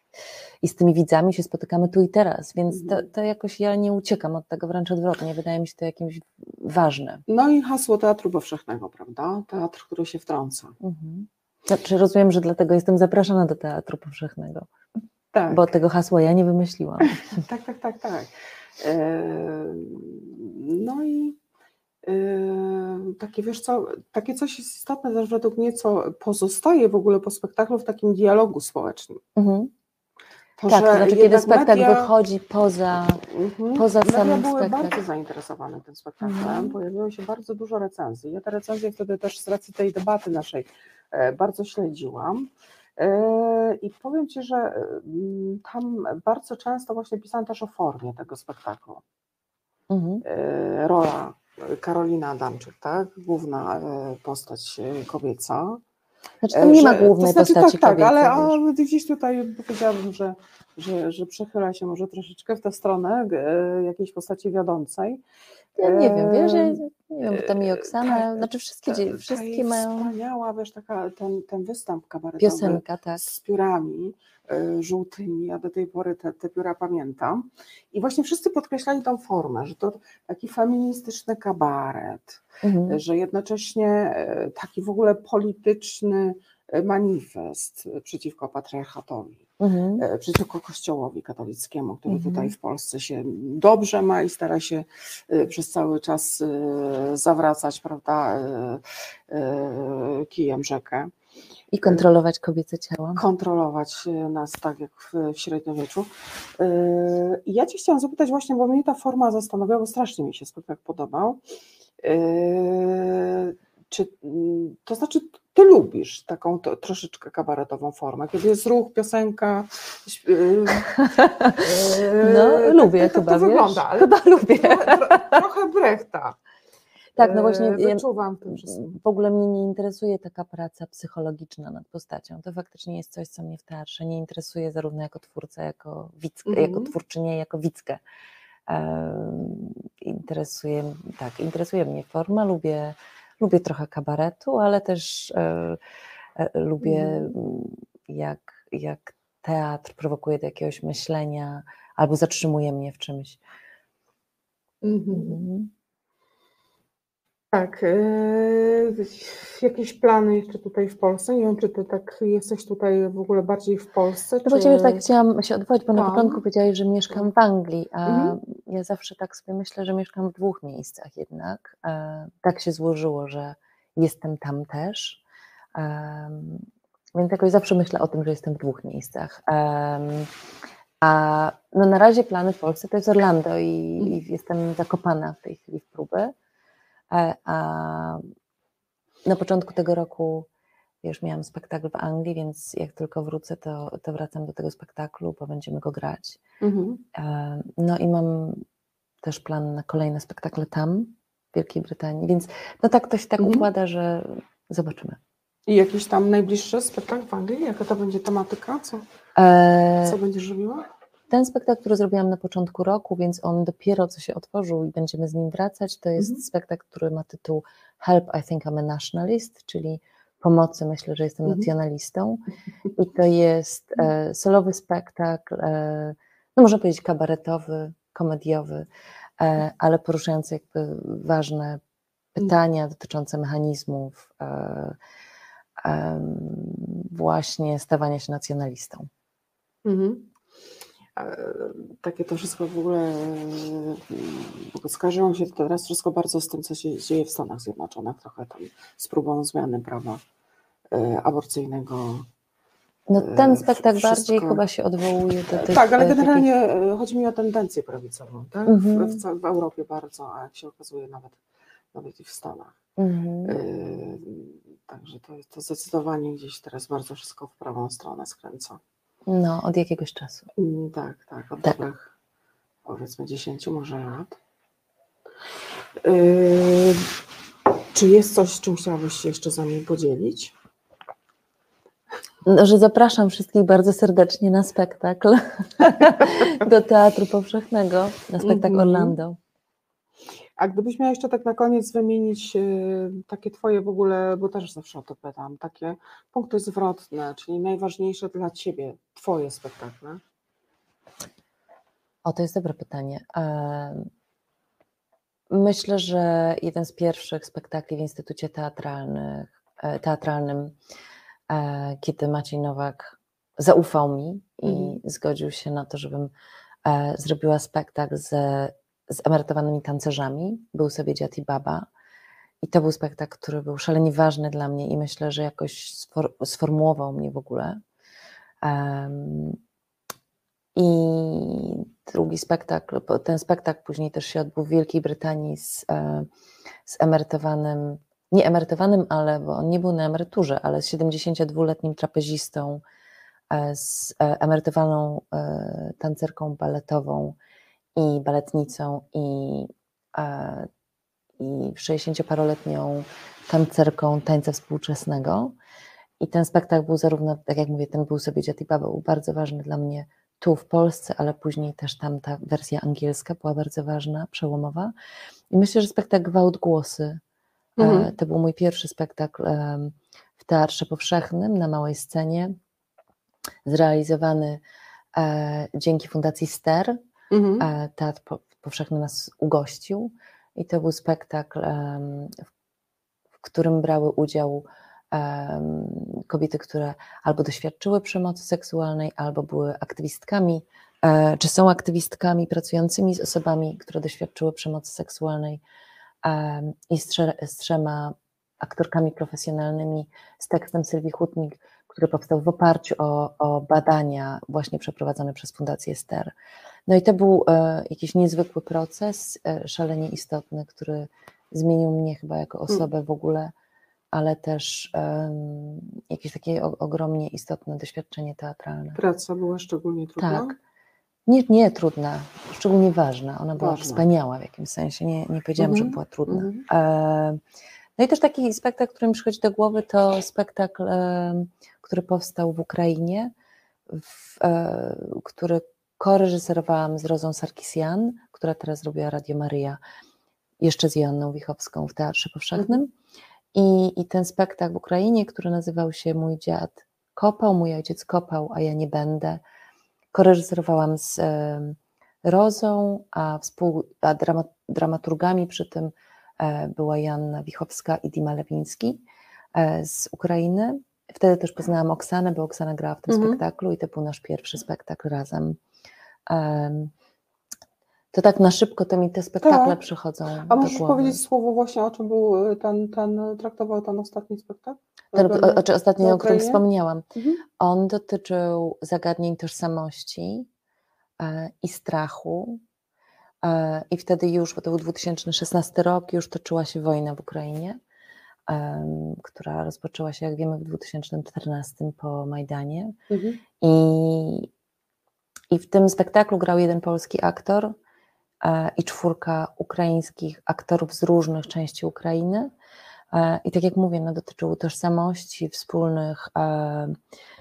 i z tymi widzami się spotykamy tu i teraz, więc to, to jakoś ja nie uciekam od tego, wręcz odwrotnie, wydaje mi się to jakimś ważne. No i hasło Teatru Powszechnego, prawda? Teatr, który się wtrąca. Mhm. Znaczy rozumiem, że dlatego jestem zapraszana do Teatru Powszechnego, Tak. bo tego hasła ja nie wymyśliłam. Tak, tak, tak, tak. E, no i e, takie, wiesz co, takie coś jest istotne też według mnie, co pozostaje w ogóle po spektaklu w takim dialogu społecznym. Mhm. To, tak, to że znaczy kiedy jednak spektakl media- wychodzi poza, Mhm. poza Media samym były spektaklem. bardzo zainteresowane tym spektaklem, Mhm. pojawiło się bardzo dużo recenzji. Ja te recenzje wtedy też z racji tej debaty naszej e, bardzo śledziłam. E, I powiem Ci, że mm, tam bardzo często właśnie pisałam też o formie tego spektaklu. Mhm. E, Rola Karolina Adamczyk, tak? Główna e, postać e, kobieca. Znaczy tam nie ma Że- głównej to znaczy, postaci tak, tak, ale kobiecej, a, gdzieś tutaj powiedziałabym, że, że, że przechyla się może troszeczkę w tę stronę e, jakiejś postaci wiodącej. Ja nie wiem, wiesz, ja E, nie wiem, bo tam i Oksana, tak, znaczy wszystkie, ta- dzie- ta wszystkie jej mają Wspaniała, wiesz, taka, ten, ten występ kabaretowy piosenka, tak. z piórami e, żółtymi, ja do tej pory te, te pióra pamiętam. I właśnie wszyscy podkreślali tą formę, że to taki feministyczny kabaret, Mhm. że jednocześnie e, taki w ogóle polityczny e, manifest przeciwko patriarchatowi, Mhm. e, przeciwko kościołowi katolickiemu, który Mhm. tutaj w Polsce się dobrze ma i stara się e, przez cały czas e, zawracać, prawda, e, e, kijem rzekę, I kontrolować kobiece ciała. kontrolować e, nas tak jak w, w średniowieczu. E, I ja Cię chciałam zapytać właśnie, bo mnie ta forma zastanawiała, bo strasznie mi się spektakl podobał. Yy, Czy, mm, to znaczy, ty lubisz taką to, troszeczkę kabaretową formę, kiedy jest ruch, piosenka. śp- yy, yy, No, tak- lubię tak, chyba, tak to wiesz? wygląda, ale Chyba lubię. trochę, tro, trochę Brechta. Tak, no właśnie, Yy, ja- wyczuwam w tym wszystkim. W ogóle mnie nie interesuje taka praca psychologiczna nad postacią. To faktycznie jest coś, co mnie w teatrze nie interesuje zarówno jako twórca, jako widzkę, Mhm. jako twórczynię, jako widzkę. Em, Interesuje, tak, interesuje mnie forma, lubię, lubię trochę kabaretu, ale też e, e, lubię Mhm. mm, jak, jak teatr prowokuje do jakiegoś myślenia albo zatrzymuje mnie w czymś. Mhm. Mhm. Tak, yy, jakieś plany jeszcze tutaj w Polsce? Nie wiem, czy ty tak jesteś tutaj w ogóle bardziej w Polsce, No czy... właściwie tak chciałam się odwołać, bo na Tam? początku powiedziałeś, że mieszkam w Anglii, a Mhm. ja zawsze tak sobie myślę, że mieszkam w dwóch miejscach jednak. E, Tak się złożyło, że jestem tam też. Em, Więc jakoś zawsze myślę o tym, że jestem w dwóch miejscach. Em, A no na razie plany w Polsce to jest Orlando i, i jestem zakopana w tej chwili w próby. E, A na początku tego roku już miałam spektakl w Anglii, więc jak tylko wrócę, to, to wracam do tego spektaklu, bo będziemy go grać. Mhm. E, No i mam też plan na kolejne spektakle tam, w Wielkiej Brytanii, więc no tak to się tak Mhm. układa, że zobaczymy. I jakiś tam najbliższy spektakl w Anglii? Jaka to będzie tematyka? Co, E, co będziesz robiła? Ten spektakl, który zrobiłam na początku roku, więc on dopiero co się otworzył i będziemy z nim wracać, to jest Mhm. spektakl, który ma tytuł Help, I think I'm a nationalist, czyli pomocy, myślę, że jestem Mhm. nacjonalistą. I to jest e, solowy spektakl, e, no można powiedzieć kabaretowy, komediowy, e, ale poruszający jakby ważne pytania dotyczące mechanizmów e, em, właśnie stawania się nacjonalistą. Mhm. E, Takie to wszystko w ogóle e, skojarzyło mi się to teraz wszystko bardzo z tym, co się dzieje w Stanach Zjednoczonych, trochę tam z próbą zmiany prawa e, aborcyjnego. No ten spektakl Wszystko- bardziej chyba się odwołuje do tych... Tak, ale e, generalnie e, chodzi mi o tendencję prawicową, tak? Mhm. W, w, ca- w Europie bardzo, a jak się okazuje nawet, nawet i w Stanach. Mhm. E, Także to, to zdecydowanie gdzieś teraz bardzo wszystko w prawą stronę skręca. No, od jakiegoś czasu. Mm, Tak, tak, od Tak. dobrych powiedzmy dziesięciu może lat. Yy, czy jest coś, czym chciałabyś się jeszcze za mnie podzielić? No, że zapraszam wszystkich bardzo serdecznie na spektakl do Teatru Powszechnego, na spektakl Mhm. Orlando. A gdybyś miała jeszcze tak na koniec wymienić y, takie twoje w ogóle, bo też zawsze o to pytam, takie punkty zwrotne, czyli najważniejsze dla ciebie, twoje spektakle? O, to jest dobre pytanie. Em, Myślę, że jeden z pierwszych spektakli w Instytucie Teatralnych, e, Teatralnym, e, kiedy Maciej Nowak zaufał mi i Mhm. zgodził się na to, żebym e, zrobiła spektakl ze, z emerytowanymi tancerzami. Był sobie Dziad i Baba. I to był spektakl, który był szalenie ważny dla mnie i myślę, że jakoś sfor, sformułował mnie w ogóle. Em, I drugi spektakl, bo ten spektakl później też się odbył w Wielkiej Brytanii z, e, z emerytowanym, nie emerytowanym, ale bo on nie był na emeryturze, ale z siedemdziesięciodwuletnim trapezistą, e, z e, emerytowaną e, tancerką baletową i baletnicą i, e, i sześćdziesięcioparoletnią tancerką tańca współczesnego. I ten spektakl był zarówno, tak jak mówię, ten Był sobie Dziad i Baba był bardzo ważny dla mnie tu w Polsce, ale później też tam ta wersja angielska była bardzo ważna, przełomowa. I myślę, że spektakl Gwałt Głosy, Mhm. e, to był mój pierwszy spektakl e, w Teatrze Powszechnym na małej scenie, zrealizowany e, dzięki Fundacji Ster. Mhm. E, Teatr po, Powszechny nas ugościł i to był spektakl, e, w, w którym brały udział kobiety, które albo doświadczyły przemocy seksualnej, albo były aktywistkami, czy są aktywistkami pracującymi z osobami, które doświadczyły przemocy seksualnej i z, trze, z trzema aktorkami profesjonalnymi, z tekstem Sylwii Hutnik, który powstał w oparciu o, o badania właśnie przeprowadzone przez Fundację Ster. No i to był jakiś niezwykły proces, szalenie istotny, który zmienił mnie chyba jako osobę w ogóle, ale też um, jakieś takie o, ogromnie istotne doświadczenie teatralne. Praca była szczególnie trudna? Tak. Nie, nie trudna, szczególnie ważna. Ona była Ważna. wspaniała w jakimś sensie. Nie, nie powiedziałam, Mhm. że była trudna. Mhm. E, no i też taki spektakl, który mi przychodzi do głowy, to spektakl, e, który powstał w Ukrainie, w, e, który koreżyserowałam z Rozą Sarkisian, która teraz robiła Radio Maryja, jeszcze z Joanną Wichowską w Teatrze Powszechnym. Mhm. I, I ten spektakl w Ukrainie, który nazywał się Mój dziad kopał, mój ojciec kopał, a ja nie będę, koreżyserowałam z e, Rozą, a, współ, a drama, dramaturgami przy tym e, była Joanna Wichowska i Dima Lewiński e, z Ukrainy. Wtedy też poznałam Oksanę, bo Oksana grała w tym Mhm. spektaklu i to był nasz pierwszy spektakl razem. E, To tak na szybko to mi te spektakle Tak. przychodzą A do możesz głowy. powiedzieć słowo właśnie, o czym był ten, ten traktował ten ostatni spektakl? Ten, Robiony o, czy ostatni, na o którym Ukrainie? wspomniałam. Mhm. On dotyczył zagadnień tożsamości e, i strachu. E, I wtedy już, bo to był dwa tysiące szesnasty rok, już toczyła się wojna w Ukrainie, e, która rozpoczęła się, jak wiemy, w dwa tysiące czternastym po Majdanie. Mhm. I, I w tym spektaklu grał jeden polski aktor e, i czwórka ukraińskich aktorów z różnych części Ukrainy. E, I tak jak mówię, no, dotyczyło tożsamości, wspólnych, e,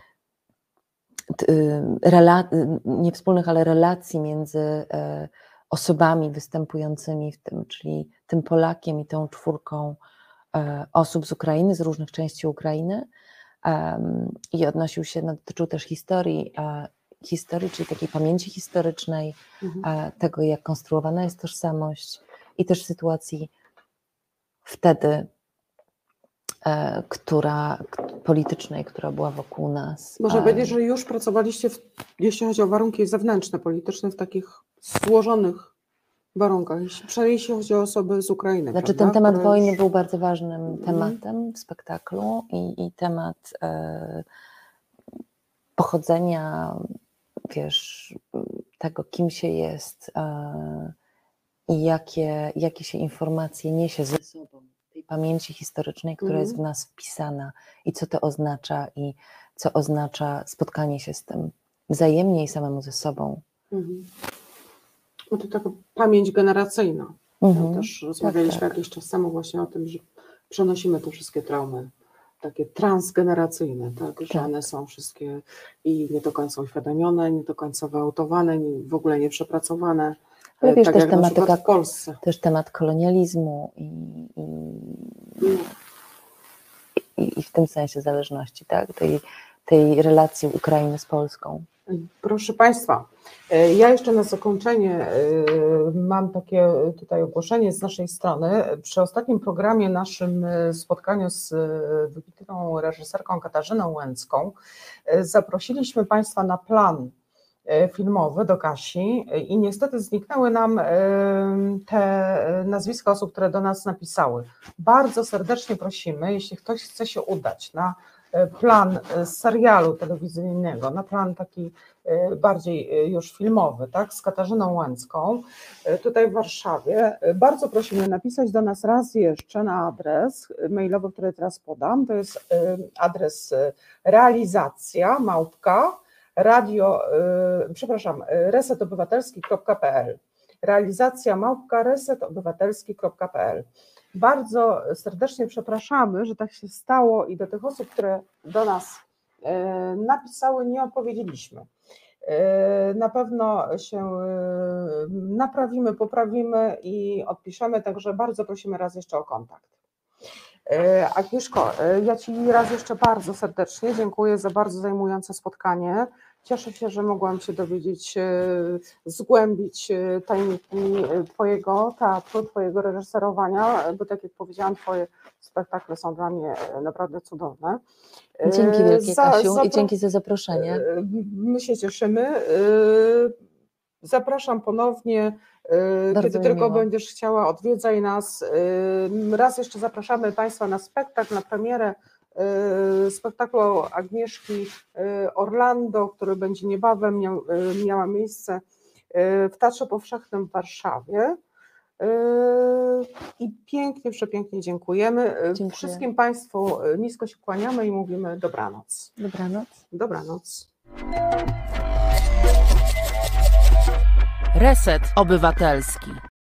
t, rela, nie wspólnych, ale relacji między e, osobami występującymi w tym, czyli tym Polakiem i tą czwórką e, osób z Ukrainy, z różnych części Ukrainy. E, I odnosił się, no, dotyczył też historii, e, historii, czyli takiej pamięci historycznej, Mhm. e, tego, jak konstruowana jest tożsamość i też sytuacji wtedy, e, która politycznej, która była wokół nas. Można E, powiedzieć, że już pracowaliście, w, jeśli chodzi o warunki zewnętrzne, polityczne, w takich złożonych warunkach, jeśli, przynajmniej jeśli chodzi o osoby z Ukrainy. Znaczy prawda? ten temat Które wojny już... był bardzo ważnym Mhm. tematem w spektaklu i, i temat e, pochodzenia, wiesz, tego, kim się jest e, i jakie, jakie się informacje niesie ze sobą, tej pamięci historycznej, która Mhm. jest w nas wpisana i co to oznacza i co oznacza spotkanie się z tym wzajemnie i samemu ze sobą. Mhm. No to taka pamięć generacyjna. Mhm. Ja też rozmawialiśmy tak. jakiś czas temu właśnie o tym, że przenosimy te wszystkie traumy, takie transgeneracyjne, tak, że Tak. one są wszystkie i nie do końca uświadomione, nie do końca wyautowane, nie, w ogóle nie przepracowane. Ale wiesz, tak też jak na przykład tematyka, w Polsce. też temat kolonializmu i, i, i, i w tym sensie zależności, tak? tej, tej relacji Ukrainy z Polską. Proszę Państwa, ja jeszcze na zakończenie mam takie tutaj ogłoszenie z naszej strony. Przy ostatnim programie naszym spotkaniu z wybitną reżyserką Katarzyną Łęcką zaprosiliśmy Państwa na plan filmowy do Kasi i niestety zniknęły nam te nazwiska osób, które do nas napisały. Bardzo serdecznie prosimy, jeśli ktoś chce się udać na plan serialu telewizyjnego, na plan taki bardziej już filmowy, tak, z Katarzyną Łęcką, tutaj w Warszawie, bardzo prosimy napisać do nas raz jeszcze na adres mailowy, który teraz podam, to jest adres realizacja małpka radio, przepraszam, resetobywatelski kropka p l, realizacja małpka resetobywatelski kropka p l. Bardzo serdecznie przepraszamy, że tak się stało i do tych osób, które do nas napisały, nie odpowiedzieliśmy. Na pewno się naprawimy, poprawimy i odpiszemy, także bardzo prosimy raz jeszcze o kontakt. Agnieszko, ja Ci raz jeszcze bardzo serdecznie dziękuję za bardzo zajmujące spotkanie. Cieszę się, że mogłam się dowiedzieć, zgłębić tajniki Twojego teatru, Twojego reżyserowania, bo tak jak powiedziałam, Twoje spektakle są dla mnie naprawdę cudowne. Dzięki wielkie, za, Kasiu, za, i dzięki za zaproszenie. My się cieszymy. Zapraszam ponownie, Bardzo kiedy mi tylko miło. będziesz chciała, odwiedzaj nas. Raz jeszcze zapraszamy Państwa na spektakl, na premierę spektaklu Agnieszki Orlando, który będzie niebawem miał, miała miejsce w Teatrze Powszechnym w Warszawie. I pięknie, przepięknie dziękujemy. Dziękuję. Wszystkim Państwu nisko się kłaniamy i mówimy dobranoc. Dobranoc. Dobranoc. Reset Obywatelski.